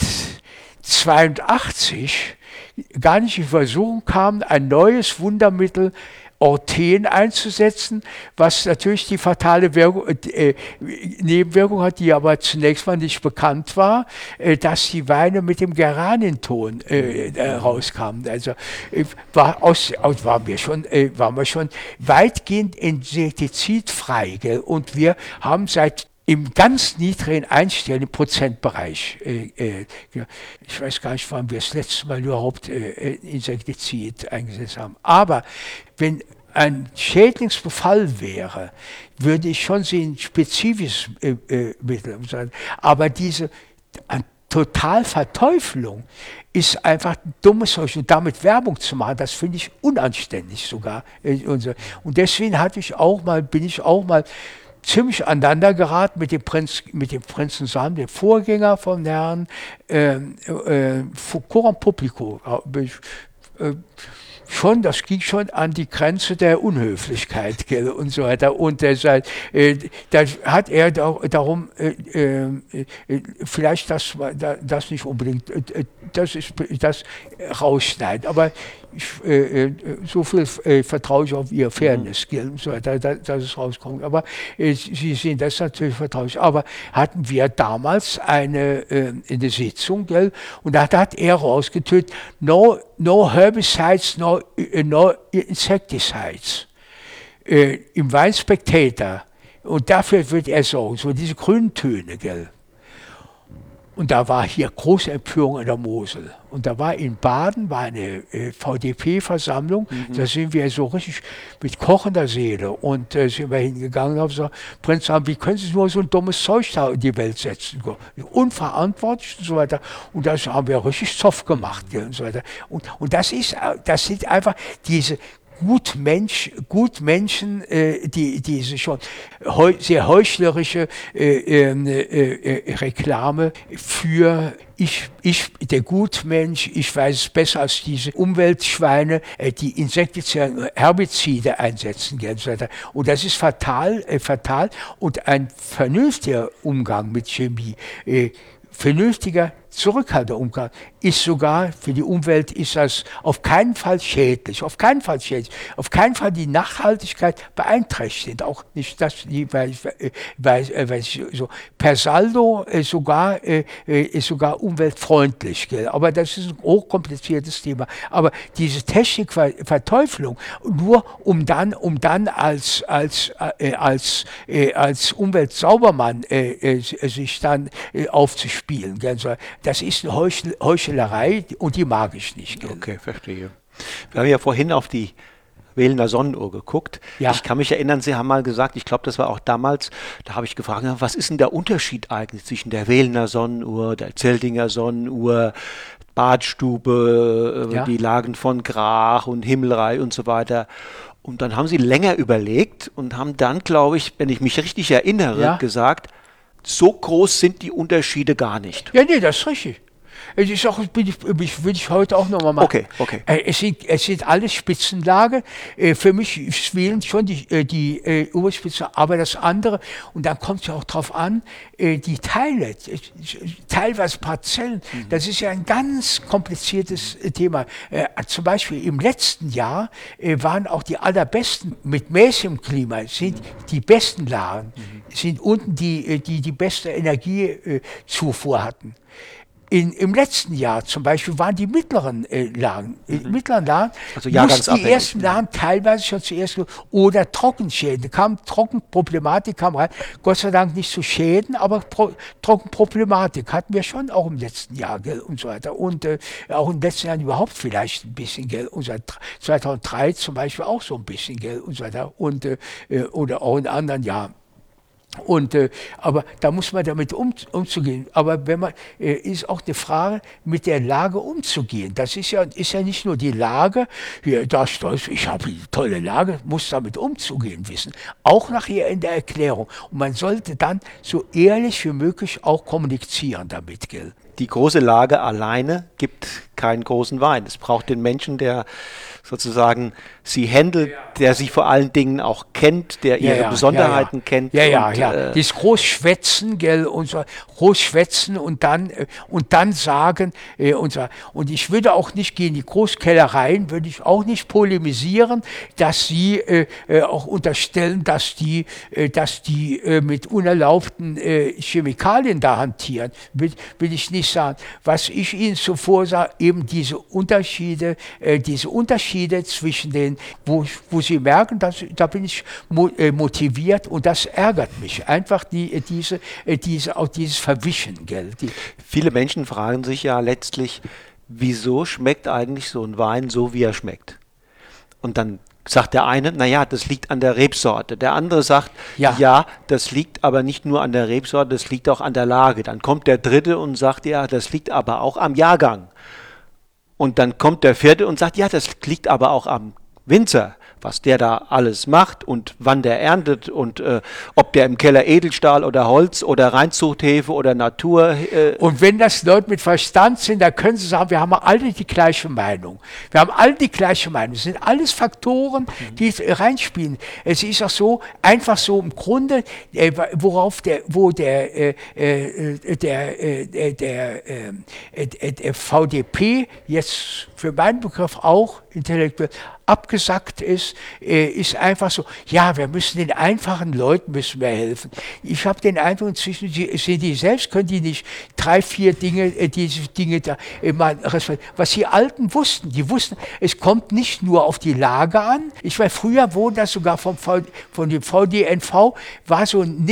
B: 1982 gar nicht in Versuchung kam, ein neues Wundermittel Orthen einzusetzen, was natürlich die fatale Nebenwirkung hat, die aber zunächst mal nicht bekannt war, dass die Weine mit dem Geranienton rauskamen. Also waren wir schon weitgehend insektizidfrei. Gell? Und wir haben seit im ganz niedrigen einstelligen Prozentbereich. Ich weiß gar nicht, wann wir das letzte Mal überhaupt Insektizid eingesetzt haben. Aber wenn ein Schädlingsbefall wäre, würde ich schon sehen, spezifisches Mittel. Aber diese Totalverteufelung ist einfach dummes Zeug. Und damit Werbung zu machen, das finde ich unanständig sogar. Und deswegen bin ich auch mal ziemlich aneinander geraten mit dem Prinzen Sam, dem Vorgänger von Herrn Coram Publico. Das ging schon an die Grenze der Unhöflichkeit, gell, und so weiter. Und da hat er darum, vielleicht das nicht unbedingt, das rausschneiden, aber so viel vertraue ich auf ihr Fairness, gell, und so weiter, dass es rauskommt. Aber Sie sehen, das ist natürlich vertraulich. Aber hatten wir damals eine Sitzung, gell, und da hat er rausgetötet, no herbicides, no insecticides. Im Wine Spectator. Und dafür wird er so diese grünen Töne, gell. Und da war hier große Empörung in der Mosel. Und da war in Baden eine VDP-Versammlung, da sind wir so richtig mit kochender Seele. Und sind wir hingegangen und haben gesagt, Prinz Sam, wie können Sie nur so ein dummes Zeug da in die Welt setzen? Unverantwortlich und so weiter. Und das haben wir richtig Zoff gemacht. Und so weiter. Und das sind einfach diese Gutmenschen, die schon sehr heuchlerische Reklame für der Gutmensch, ich weiß es besser als diese Umweltschweine, die Insektizide, Herbizide einsetzen. Und das ist fatal. Und ein vernünftiger Umgang mit Chemie, vernünftiger, zurückhaltender Umgang, ist sogar für die Umwelt ist das auf keinen Fall schädlich, auf keinen Fall die Nachhaltigkeit beeinträchtigt, auch nicht das, weil so per Saldo ist sogar umweltfreundlich, gell? Aber das ist ein hochkompliziertes Thema. Aber diese Technikverteufelung, nur um dann als Umweltsaubermann sich dann aufzuspielen, gell? Das ist eine Heuchelei und die mag ich nicht. Gell?
A: Okay, verstehe. Wir haben ja vorhin auf die Wählener Sonnenuhr geguckt. Ja. Ich kann mich erinnern, Sie haben mal gesagt, ich glaube, das war auch damals, da habe ich gefragt, was ist denn der Unterschied eigentlich zwischen der Wählener Sonnenuhr, der Zeltinger Sonnenuhr, Badstube, die Lagen von Grach und Himmelreich und so weiter. Und dann haben Sie länger überlegt und haben dann, glaube ich, wenn ich mich richtig erinnere, gesagt, so groß sind die Unterschiede gar nicht.
B: Ja, nee, das ist richtig. Es ist auch, würde ich heute auch nochmal machen.
A: Okay.
B: Es sind alles Spitzenlage. Für mich spielen schon die Oberspitze, aber das andere, und dann kommt es ja auch drauf an, die Teile, teilweise Parzellen, das ist ja ein ganz kompliziertes Thema. Zum Beispiel im letzten Jahr waren auch die allerbesten, mit mäßigem Klima, sind die besten Lagen, sind unten die beste Energiezufuhr hatten. Im letzten Jahr zum Beispiel waren die mittleren Lagen, mittleren Lagen,
A: Also
B: mussten die
A: jahrgangsabhängig.
B: ersten Lagen teilweise schon zuerst, oder Trockenschäden, Trockenproblematik kam rein, Gott sei Dank nicht zu Schäden, aber Trockenproblematik hatten wir schon auch im letzten Jahr, gell, und so weiter. Und auch im letzten Jahr überhaupt vielleicht ein bisschen, gell, und so weiter. 2003 zum Beispiel auch so ein bisschen, gell, und so weiter. Und, oder auch in anderen Jahren. Und, aber da muss man damit umzugehen. Aber wenn man, ist auch eine Frage, mit der Lage umzugehen. Das ist ja nicht nur die Lage, hier, ich habe eine tolle Lage, muss damit umzugehen wissen. Auch nachher in der Erklärung. Und man sollte dann so ehrlich wie möglich auch kommunizieren damit, gell?
A: Die große Lage alleine gibt keinen großen Wein. Es braucht den Menschen, der sozusagen sie handelt, der sie vor allen Dingen auch kennt, der ihre Besonderheiten kennt.
B: Das Großschwätzen, gell, und so, Großschwätzen und dann sagen, und ich würde auch nicht gegen die Großkellereien, würde ich auch nicht polemisieren, dass sie auch unterstellen, dass die mit unerlaubten Chemikalien da hantieren, will ich nicht sagen. Was ich Ihnen zuvor sage, eben diese Unterschiede zwischen den, wo Sie merken, da bin ich motiviert und das ärgert mich. Einfach dieses Verwischen. Gell?
A: Viele Menschen fragen sich ja letztlich, wieso schmeckt eigentlich so ein Wein so, wie er schmeckt? Und dann sagt der eine, naja, das liegt an der Rebsorte. Der andere sagt, ja, das liegt aber nicht nur an der Rebsorte, das liegt auch an der Lage. Dann kommt der dritte und sagt, ja, das liegt aber auch am Jahrgang. Und dann kommt der vierte und sagt, ja, das liegt aber auch am Winzer, was der da alles macht und wann der erntet und ob der im Keller Edelstahl oder Holz oder Reinzuchthefe oder Natur.
B: Und wenn das Leute mit Verstand sind, dann können sie sagen, wir haben alle die gleiche Meinung. Wir haben alle die gleiche Meinung. Es sind alles Faktoren, die reinspielen. Es ist auch so, einfach so im Grunde, wo der VDP jetzt für meinen Begriff auch intellektuell abgesackt ist einfach so, ja, wir müssen den einfachen Leuten müssen wir helfen. Ich habe den Eindruck, inzwischen die selbst können die nicht 3, 4 Dinge, diese Dinge da mal respektieren. Was die Alten wussten, es kommt nicht nur auf die Lage an. Ich weiß, früher wurde das sogar von dem VDNV, war so ein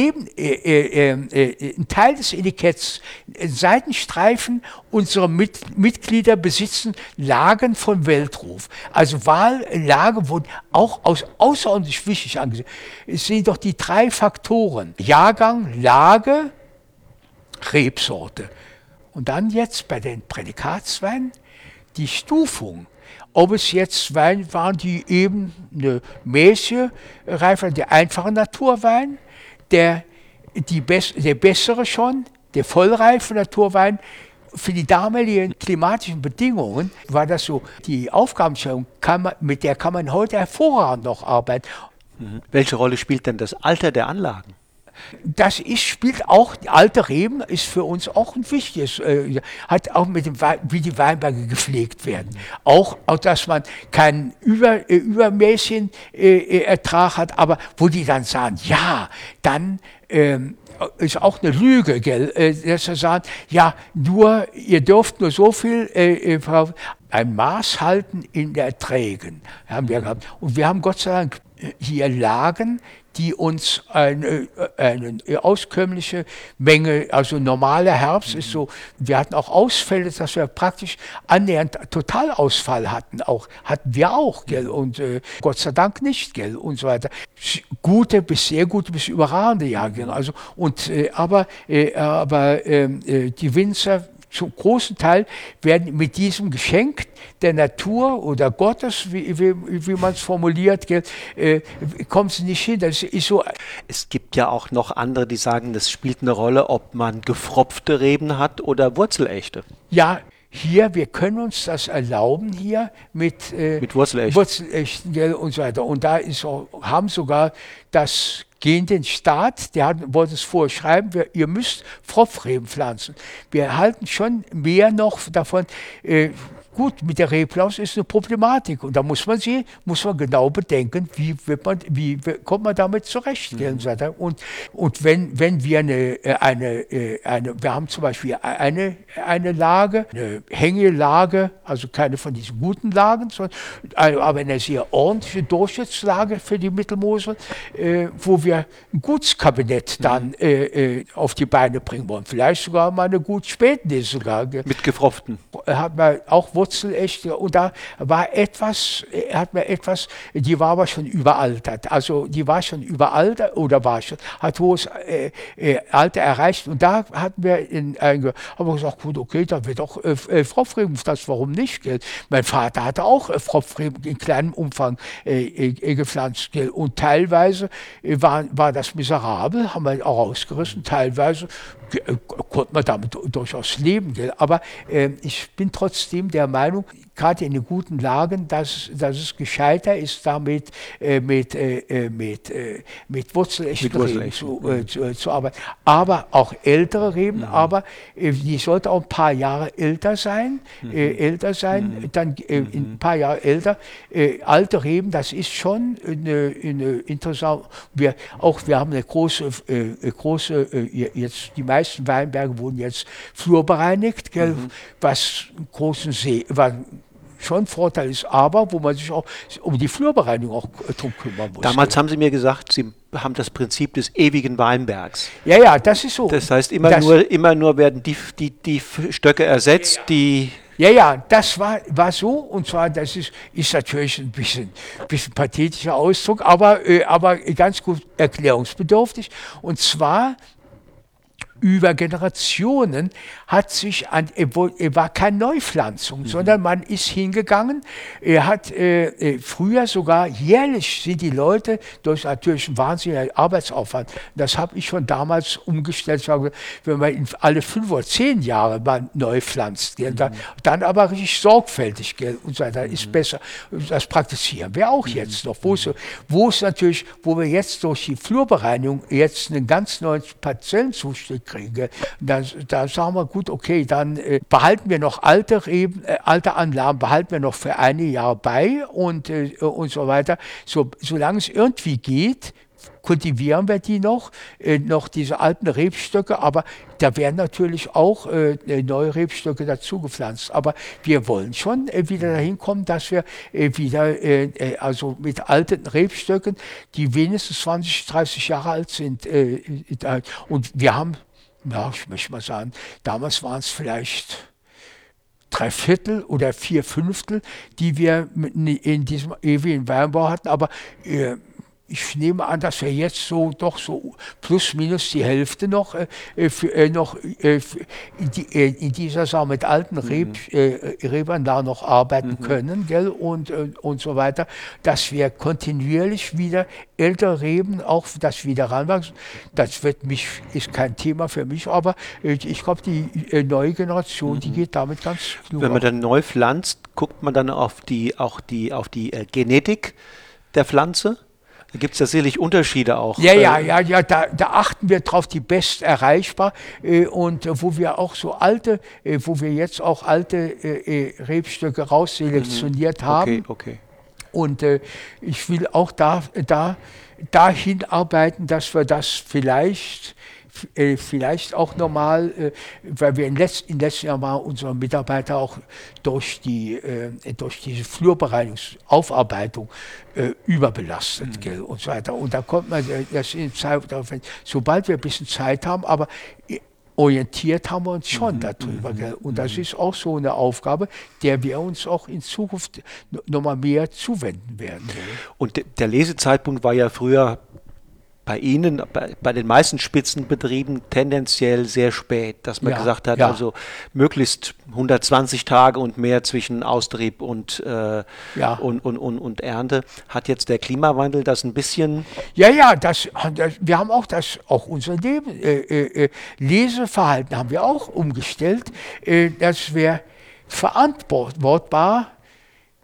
B: Teil des Etiketts, Seitenstreifen, unsere Mitglieder besitzen Lagen von Weltruf. Also Lage wurden auch außerordentlich wichtig angesehen. Es sind doch die 3 Faktoren: Jahrgang, Lage, Rebsorte. Und dann jetzt bei den Prädikatsweinen die Stufung. Ob es jetzt Weine waren, die eben eine mäßige Reife, der einfache Naturwein, der bessere schon, der vollreife Naturwein. Für die damaligen klimatischen Bedingungen war das so, die Aufgabenstellung, mit der kann man heute hervorragend noch arbeiten.
A: Welche Rolle spielt denn das Alter der Anlagen?
B: Spielt auch, alte Reben ist für uns auch ein wichtiges, hat auch mit dem wie die Weinberge gepflegt werden. Auch dass man keinen übermäßigen Ertrag hat, aber wo die dann sagen, ja, dann ist auch eine Lüge, gell, dass sie sagen, ja, ihr dürft nur so viel, ein Maß halten in der Erträgen, haben wir gehabt. Und wir haben Gott sei Dank hier Lagen, die uns eine auskömmliche Menge, also normaler Herbst ist so, wir hatten auch Ausfälle, dass wir praktisch annähernd Totalausfall hatten wir auch, gell, und Gott sei Dank nicht, gell, und so weiter. Gute bis sehr gute bis überragende Jahrgänge, also, und, aber die Winzer zum großen Teil werden mit diesem Geschenk der Natur oder Gottes, wie man es formuliert, kommen sie nicht hin. Das ist so.
A: Es gibt ja auch noch andere, die sagen, das spielt eine Rolle, ob man gefropfte Reben hat oder wurzelechte.
B: Ja, wir können uns das erlauben hier mit Wurzelechten und so weiter. Und da haben sogar das den Staat, wollte es vorschreiben, ihr müsst Pfropfreben pflanzen. Wir halten schon mehr noch davon, gut, mit der Reblaus ist eine Problematik und da muss man genau bedenken, wie kommt man damit zurecht. Und wenn wir wir haben zum Beispiel eine Lage, eine Hängelage, also keine von diesen guten Lagen, aber eine sehr ordentliche Durchschnittslage für die Mittelmosel, wo wir ein Gutskabinett dann auf die Beine bringen wollen. Vielleicht sogar mal eine Gutspätnis sogar.
A: Mit gefropften.
B: Hat man auch Wurzelechte und da war die war aber schon überaltert. Also die war schon überaltert oder hat hohes Alter erreicht und da hatten wir haben wir gesagt, gut, okay, da wird auch Pfropfreben, warum nicht? Gell? Mein Vater hatte auch Pfropfreben in kleinem Umfang gepflanzt. Gell? Und teilweise war das miserabel, haben wir auch ausgerissen, teilweise konnte man damit durchaus leben. Gell? Aber ich bin trotzdem der Meinung, gerade in den guten Lagen, dass es gescheiter ist, damit mit wurzelechten Reben zu arbeiten. Aber auch ältere Reben, aber die sollte auch ein paar Jahre älter sein, dann ein paar Jahre älter. Alte Reben, das ist schon eine interessante, wir haben eine große jetzt die meisten Weinberge wurden jetzt flurbereinigt, gell, was einen großen schon ein Vorteil ist, aber wo man sich auch um die Flurbereinigung auch drum kümmern muss.
A: Damals haben Sie mir gesagt, Sie haben das Prinzip des ewigen Weinbergs.
B: Ja, das ist so.
A: Das heißt, immer nur werden die Stöcke ersetzt, die...
B: Ja, das war so, und zwar, das ist natürlich ein bisschen pathetischer Ausdruck, aber ganz gut erklärungsbedürftig, und zwar über Generationen war keine Neupflanzung, sondern man ist hingegangen, früher sogar jährlich sind die Leute durch natürlich einen wahnsinnigen Arbeitsaufwand, das habe ich schon damals umgestellt, wenn man alle 5 oder 10 Jahre mal neu pflanzt, dann aber richtig sorgfältig, und so weiter, ist besser. Das praktizieren wir auch jetzt noch, wo wir jetzt durch die Flurbereinigung jetzt einen ganz neuen Parzellenzustand kriege, da sagen wir, gut, okay, dann behalten wir noch alte Anlagen, behalten wir noch für einige Jahre bei und so weiter. Solange es irgendwie geht, kultivieren wir die noch diese alten Rebstöcke, aber da werden natürlich auch neue Rebstöcke dazu gepflanzt. Aber wir wollen schon wieder dahin kommen, dass wir wieder also mit alten Rebstöcken, die wenigstens 20, 30 Jahre alt sind, und wir haben, ja, ich möchte mal sagen, damals waren es vielleicht 3/4 oder 4/5, die wir in diesem ewigen Weinbau hatten, aber ich nehme an, dass wir jetzt so plus minus die Hälfte noch in dieser Sache mit alten Rebanlagen noch arbeiten können, gell, und so weiter, dass wir kontinuierlich wieder ältere Reben auch das wieder ranwachsen. Das ist kein Thema für mich, aber ich glaube, die neue Generation, die geht damit ganz klug.
A: Wenn man dann neu pflanzt, guckt man dann auf die Genetik der Pflanze? Da gibt es ja sicherlich Unterschiede auch.
B: Ja, da achten wir drauf, die best erreichbar, und wo wir jetzt auch alte Rebstöcke rausselektioniert haben.
A: Okay.
B: Und ich will auch dahin arbeiten, dass wir das vielleicht auch nochmal, weil wir im letzten Jahr waren unsere Mitarbeiter auch durch diese Flurbereinigungsaufarbeitung überbelastet, gell, und so weiter. Und da kommt man das in Zeit, sobald wir ein bisschen Zeit haben, aber orientiert haben wir uns schon darüber. Gell? Und das ist auch so eine Aufgabe, der wir uns auch in Zukunft nochmal mehr zuwenden werden. Gell?
A: Und der Lesezeitpunkt war ja früher bei Ihnen, bei den meisten Spitzenbetrieben tendenziell sehr spät, dass man gesagt hat, also möglichst 120 Tage und mehr zwischen Austrieb und Ernte. Hat jetzt der Klimawandel das ein bisschen...
B: Ja, wir haben auch unser Leseverhalten haben wir auch umgestellt, dass wir verantwortbar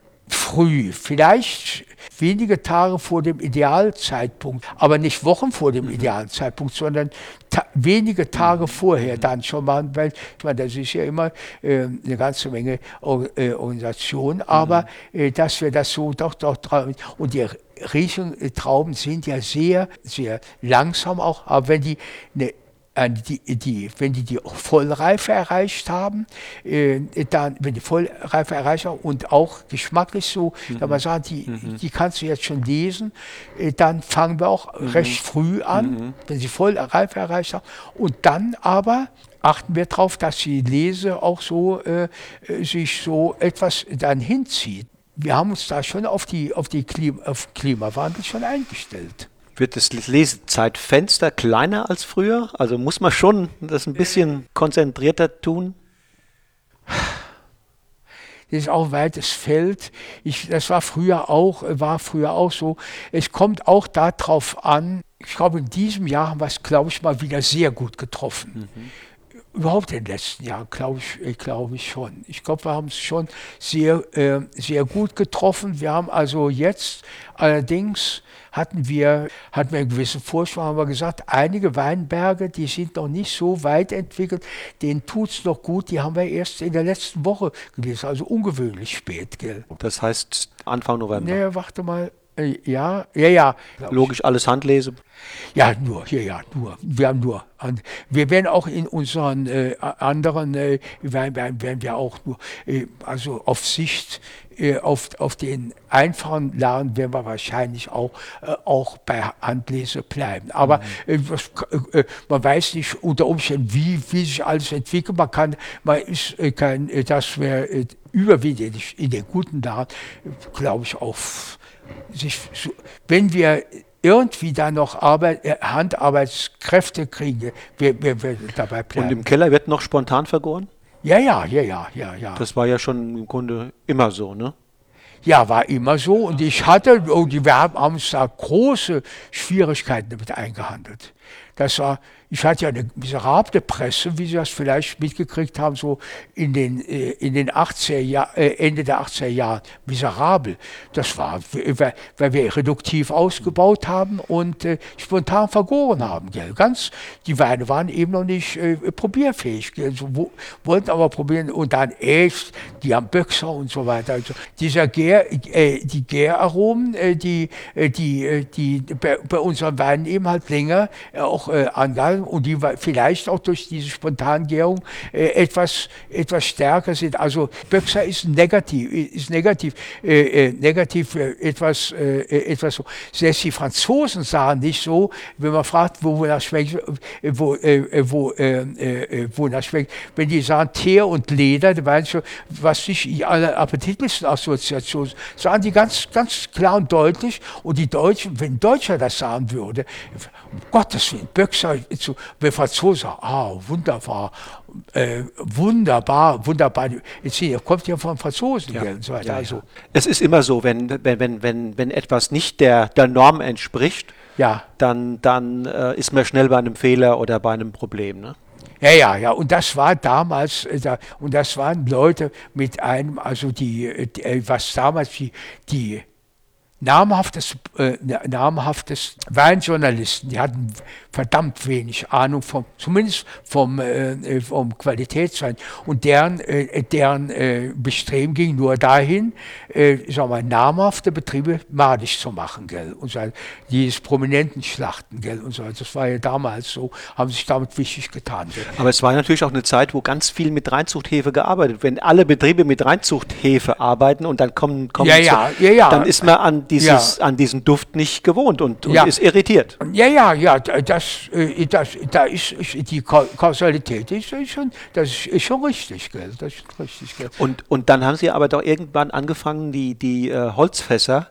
B: früh, vielleicht wenige Tage vor dem Idealzeitpunkt, aber nicht Wochen vor dem idealen Zeitpunkt, sondern wenige Tage vorher dann schon mal, weil ich meine, das ist ja immer eine ganze Menge Organisation, aber dass wir das so doch und die Riesling-Trauben sind ja sehr, sehr langsam auch, aber wenn die wenn die Vollreife erreicht haben, dann, wenn die Vollreife erreicht haben und auch geschmacklich so, da man sagt, die kannst du jetzt schon lesen, dann fangen wir auch recht früh an, wenn sie Vollreife erreicht haben. Und dann aber achten wir darauf, dass die Lese auch so sich so etwas dann hinzieht. Wir haben uns da schon auf Klimawandel schon eingestellt.
A: Wird das Lesezeitfenster kleiner als früher? Also muss man schon das ein bisschen konzentrierter tun?
B: Das ist auch ein weites Feld. Das war früher auch so. Es kommt auch darauf an, ich glaube, in diesem Jahr haben wir es, glaube ich, mal wieder sehr gut getroffen. Überhaupt in den letzten Jahren, glaube ich schon. Ich glaube, wir haben es schon sehr, sehr gut getroffen. Wir haben also jetzt allerdings hatten wir einen gewissen Vorsprung, haben wir gesagt, einige Weinberge, die sind noch nicht so weit entwickelt, denen tut es noch gut, die haben wir erst in der letzten Woche gelesen, also ungewöhnlich spät, gell.
A: Das heißt Anfang November?
B: Nee, warte mal. Ja.
A: Logisch alles Handlese?
B: Ja, nur. Wir haben nur. Und wir werden auch in unseren anderen Weinbergen werden wir auch nur, also auf Sicht, auf den einfachen Lagen werden wir wahrscheinlich auch bei Handlese bleiben. Aber man weiß nicht unter Umständen, wie sich alles entwickelt. Das wäre überwiegend in den guten Lagen, glaube ich, auch wenn wir irgendwie da noch Handarbeitskräfte kriegen, wir dabei bleiben.
A: Und im Keller wird noch spontan vergoren?
B: Ja.
A: Das war ja schon im Grunde immer so, ne?
B: Ja, war immer so. Und wir haben uns da große Schwierigkeiten damit eingehandelt. Ich hatte ja eine miserable Presse, wie Sie das vielleicht mitgekriegt haben, so in den 80er Jahren, Ende der 80er Jahre, miserabel. Das war, weil wir reduktiv ausgebaut haben und spontan vergoren haben. Gell. Die Weine waren eben noch nicht probierfähig. Gell. Wollten aber probieren und dann echt, die haben Böxer und so weiter. Also die Gäraromen, die bei unseren Weinen eben halt länger auch angehalten und die vielleicht auch durch diese Spontangärung etwas stärker sind. Also Böxer ist negativ etwas so. Selbst die Franzosen sagen nicht so, wenn man fragt, wonach schmeckt, wenn die sagen Teer und Leder, dann weiß ich schon, was nicht die appetitlichsten Assoziationen, sagen die ganz, ganz klar und deutlich. Und die Deutschen, wenn ein Deutscher das sagen würde, um Gottes Willen, Böxer, wenn Franzosen, wunderbar, wunderbar. Jetzt kommt ja von Franzosen und so weiter. Also.
A: Es ist immer so, wenn etwas nicht der Norm entspricht, dann ist man schnell bei einem Fehler oder bei einem Problem, ne?
B: Ja. Und das war damals, und das waren Leute mit einem, also was damals die namhaftes Weinjournalisten, die hatten verdammt wenig Ahnung zumindest vom Qualitätswein. Und deren Bestreben ging nur dahin, namhafte Betriebe madig zu machen, gell? Und dieses prominenten Schlachten, gell? Und so. Das war ja damals so, haben sich damit wichtig getan. Gell?
A: Aber es war natürlich auch eine Zeit, wo ganz viel mit Reinzuchthefe gearbeitet wird. Wenn alle Betriebe mit Reinzuchthefe arbeiten und dann dann ist man an diesen Duft nicht gewohnt und ist irritiert.
B: Da ist die Kausalität ist schon richtig, gell? Das ist richtig, gell?
A: Und dann haben Sie aber doch irgendwann angefangen, die Holzfässer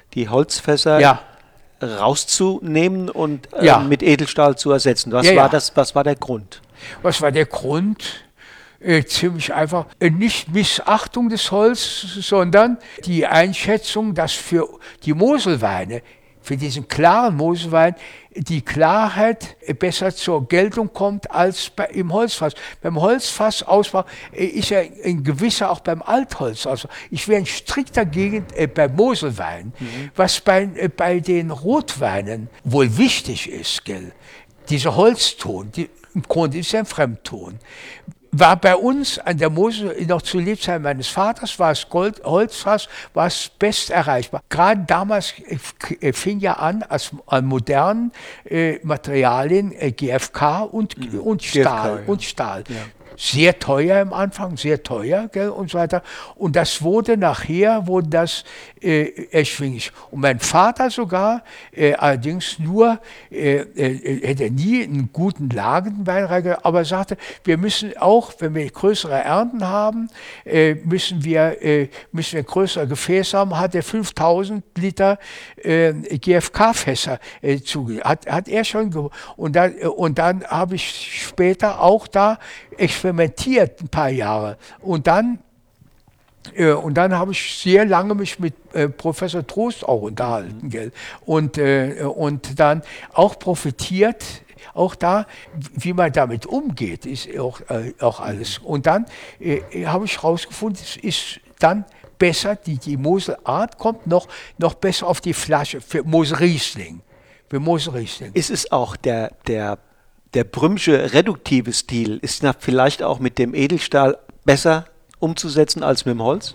A: rauszunehmen und mit Edelstahl zu ersetzen. Was war der Grund?
B: Was war der Grund? Ziemlich einfach, nicht Missachtung des Holzes, sondern die Einschätzung, dass für die Moselweine für diesen klaren Moselwein die Klarheit besser zur Geltung kommt als im Holzfass. Beim Holzfassausbau ist ja ein gewisser auch beim Altholz. Also ich wäre ein strikt dagegen beim Moselwein, was bei den Rotweinen wohl wichtig ist, gell? Dieser Holzton, im Grunde ist ja ein Fremdton. War bei uns an der Mosel noch zu Lebzeiten meines Vaters, war es Holzfass, war es best erreichbar. Gerade damals fing ja an modernen Materialien GFK und Stahl.
A: GFK, ja.
B: Und Stahl.
A: Ja.
B: Sehr teuer am Anfang, sehr teuer, gell, und so weiter. Und das wurde das erschwinglich. Und mein Vater sogar, allerdings nur, hätte nie einen guten Lagenwein reingebracht, aber sagte, wir müssen auch, wenn wir größere Ernten haben, müssen wir größere Gefäße haben, hat er 5000 Liter GFK-Fässer zugegeben. Hat er schon und dann habe ich später auch da experimentiert ein paar Jahre und dann habe ich sehr lange mich mit Professor Trost auch unterhalten, gell? Und dann auch profitiert, auch da, wie man damit umgeht, ist auch alles. Und dann habe ich herausgefunden, es ist dann besser, die Moselart kommt noch besser auf die Flasche für Mosel-Riesling.
A: Ist es auch der Brümsche reduktive Stil, ist vielleicht auch mit dem Edelstahl besser umzusetzen als mit dem Holz?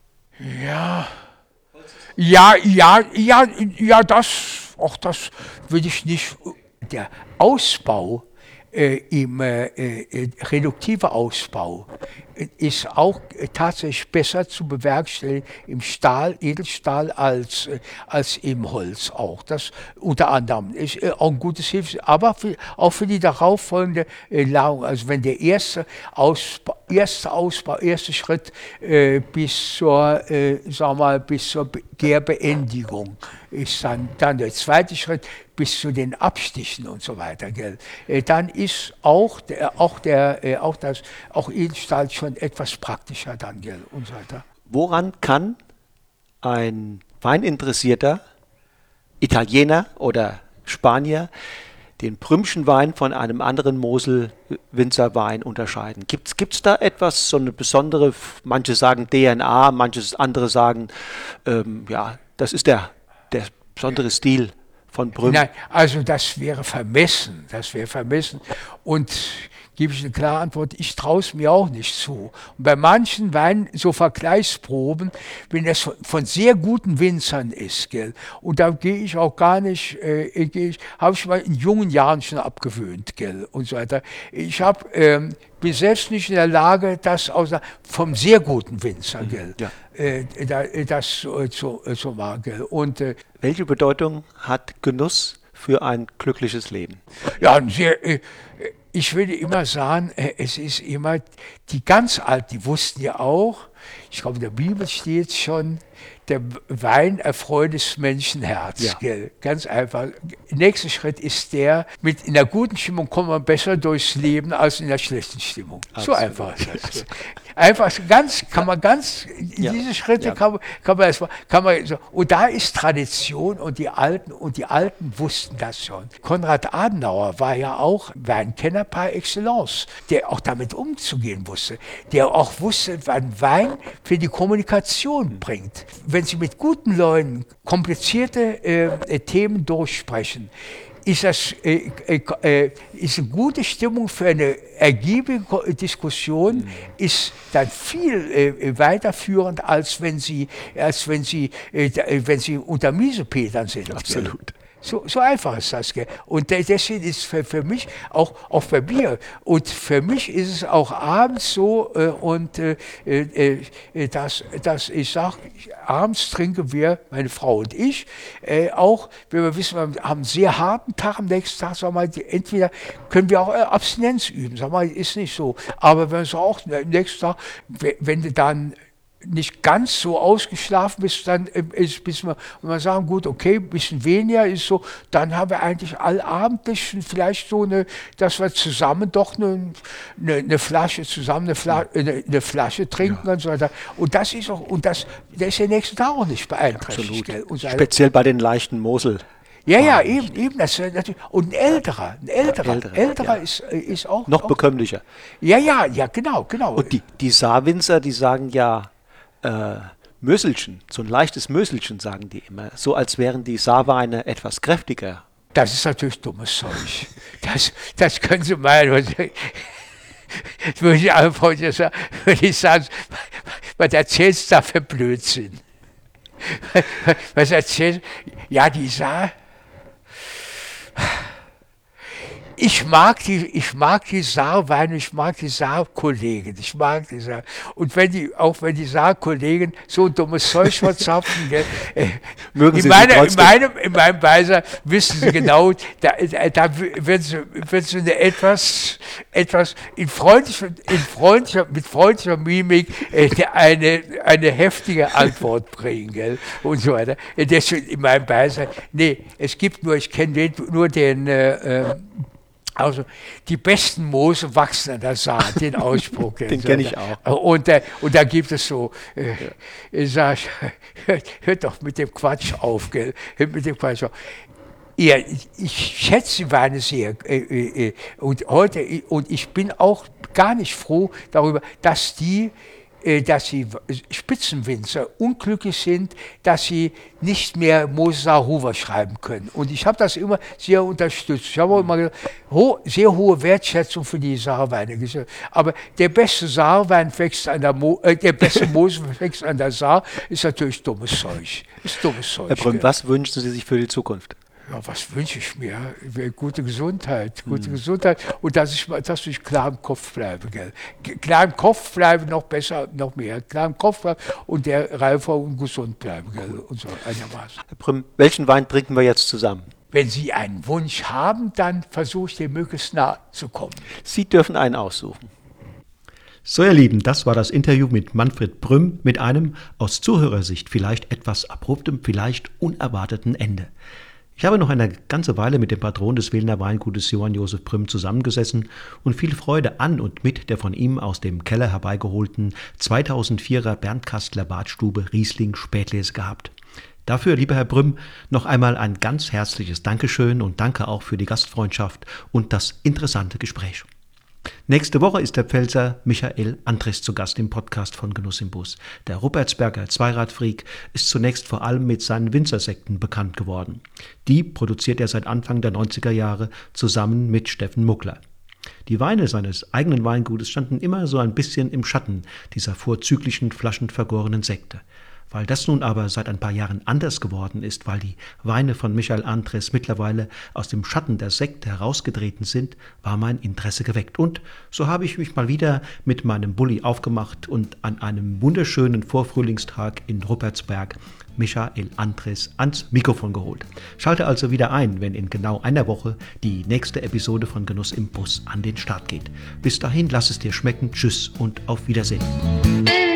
B: Das würde ich nicht. Der Ausbau, reduktive Ausbau, ist auch tatsächlich besser zu bewerkstelligen im Edelstahl als im Holz auch. Das unter anderem ist auch ein gutes Hilfs, aber auch für die darauffolgende Lagerung. Also wenn der erste Schritt bis zur Gärbeendigung ist dann der zweite Schritt bis zu den Abstichen und so weiter, gell? Dann ist auch Edelstahl schon etwas praktischer dann, gell? Und so weiter.
A: Woran kann ein Weininteressierter, Italiener oder Spanier, den Prümschen Wein von einem anderen Mosel-Winzerwein unterscheiden? Gibt's da etwas, so eine besondere, manche sagen DNA, manche andere sagen, das ist der besondere Stil von Brüm?
B: Nein, also das wäre vermessen. Und gebe ich eine klare Antwort, ich traue es mir auch nicht zu. Und bei manchen Weinen, so Vergleichsproben, wenn das von sehr guten Winzern ist, gell, und da gehe ich auch gar nicht, habe ich mal in jungen Jahren schon abgewöhnt, gell, und so weiter. Ich bin selbst nicht in der Lage, das vom sehr guten Winzer, gell, das zu machen, gell. Und
A: welche Bedeutung hat Genuss für ein glückliches Leben?
B: Ja, ich würde immer sagen, es ist immer, die ganz Alten, die wussten ja auch, ich glaube in der Bibel steht schon, der Wein erfreut des Menschen Herz. Ja. Gell? Ganz einfach. Nächster Schritt ist in der guten Stimmung kommt man besser durchs Leben als in der schlechten Stimmung. Absolut. So einfach ist das. Einfach diese Schritte kann man so. Und da ist Tradition und die Alten wussten das schon. Konrad Adenauer war ja auch Weinkenner par excellence, der auch damit umzugehen wusste, der auch wusste, wann Wein für die Kommunikation bringt. Wenn Sie mit guten Leuten komplizierte Themen durchsprechen, ist eine gute Stimmung für eine ergiebige Diskussion, ist dann viel weiterführend, als wenn Sie unter Miesepetern sind.
A: Absolut.
B: So einfach ist das. Gell? Und deswegen ist für mich, auch bei mir, und für mich ist es auch abends so, dass ich sage, abends trinken wir, meine Frau und ich, auch, wenn wir wissen, wir haben einen sehr harten Tag, am nächsten Tag, sagen wir mal, entweder können wir auch Abstinenz üben, sagen wir mal, ist nicht so. Aber wenn so auch am nächsten Tag, wenn du dann nicht ganz so ausgeschlafen bist, dann bis wir sagen, gut, okay, ein bisschen weniger ist so, dann haben wir eigentlich allabendlich vielleicht so dass wir zusammen doch eine Flasche trinken und so weiter. Und das ist der nächste Tag auch nicht beeinträchtigt.
A: Speziell bei den leichten Mosel.
B: Ja, eben. Das, natürlich. Und ein älterer ja. ist auch...
A: Noch bekömmlicher.
B: Ja, genau.
A: Und die Saarwinzer, die sagen ja Möselchen, so ein leichtes Möselchen sagen die immer, so als wären die Saarweine etwas kräftiger.
B: Das ist natürlich dummes Zeug. Das können Sie meinen. Das würde ich einfach sagen, was erzählst du da für Blödsinn? Was erzählst du? Ja, die Saar. Ich mag die Saarweine, ich mag die Saarkollegen, und wenn die Saarkollegen so ein dummes Zeug verzapfen,
A: mögen Sie
B: in meinem Beisein wissen Sie genau, da wird so eine etwas mit freundlicher Mimik eine heftige Antwort bringen, gell, und so weiter. Deswegen in meinem Beisein, ich kenne nur den also die besten Moose wachsen an der Saar, den Ausspruch.
A: Den kenne ich auch.
B: Und da gibt es so, ich sage, hört doch mit dem Quatsch auf, gell? Mit dem Quatsch auf. Ja, ich schätze die Weine sehr und ich bin auch gar nicht froh darüber, dass die Spitzenwinzer unglücklich sind, dass sie nicht mehr Moses Huber schreiben können. Und ich habe das immer sehr unterstützt. Ich habe auch immer gesagt, sehr hohe Wertschätzung für die Saarweine. Aber der beste Saarwein wächst der beste Mosel wächst an der Saar, ist natürlich dummes Zeug.
A: Herr Brüm, was wünschen Sie sich für die Zukunft?
B: Ja, was wünsche ich mir? Gute Gesundheit und dass ich klar im Kopf bleibe. Gell? Klar im Kopf bleiben, noch besser, noch mehr. Klar im Kopf bleiben und der reifer und gesund bleiben. Gell? Und so einigermaßen.
A: Herr Brüm, welchen Wein trinken wir jetzt zusammen?
B: Wenn Sie einen Wunsch haben, dann versuche ich dem möglichst nah zu kommen.
A: Sie dürfen einen aussuchen. So, ihr Lieben, das war das Interview mit Manfred Brüm mit einem aus Zuhörersicht vielleicht etwas abruptem, vielleicht unerwarteten Ende. Ich habe noch eine ganze Weile mit dem Patron des Wildener Weingutes Johann Josef Brüm zusammengesessen und viel Freude an und mit der von ihm aus dem Keller herbeigeholten 2004er Bernd Kastler Badstube Riesling Spätlese gehabt. Dafür, lieber Herr Brüm, noch einmal ein ganz herzliches Dankeschön und danke auch für die Gastfreundschaft und das interessante Gespräch. Nächste Woche ist der Pfälzer Michael Andres zu Gast im Podcast von Genuss im Bus. Der Ruppertsberger Zweiradfreak ist zunächst vor allem mit seinen Winzersekten bekannt geworden. Die produziert er seit Anfang der 90er Jahre zusammen mit Steffen Muckler. Die Weine seines eigenen Weingutes standen immer so ein bisschen im Schatten dieser vorzüglichen flaschenvergorenen Sekte. Weil das nun aber seit ein paar Jahren anders geworden ist, weil die Weine von Michael Andres mittlerweile aus dem Schatten der Sekte herausgetreten sind, war mein Interesse geweckt. Und so habe ich mich mal wieder mit meinem Bulli aufgemacht und an einem wunderschönen Vorfrühlingstag in Ruppertsberg Michael Andres ans Mikrofon geholt. Schalte also wieder ein, wenn in genau einer Woche die nächste Episode von Genuss im Bus an den Start geht. Bis dahin, lass es dir schmecken. Tschüss und auf Wiedersehen.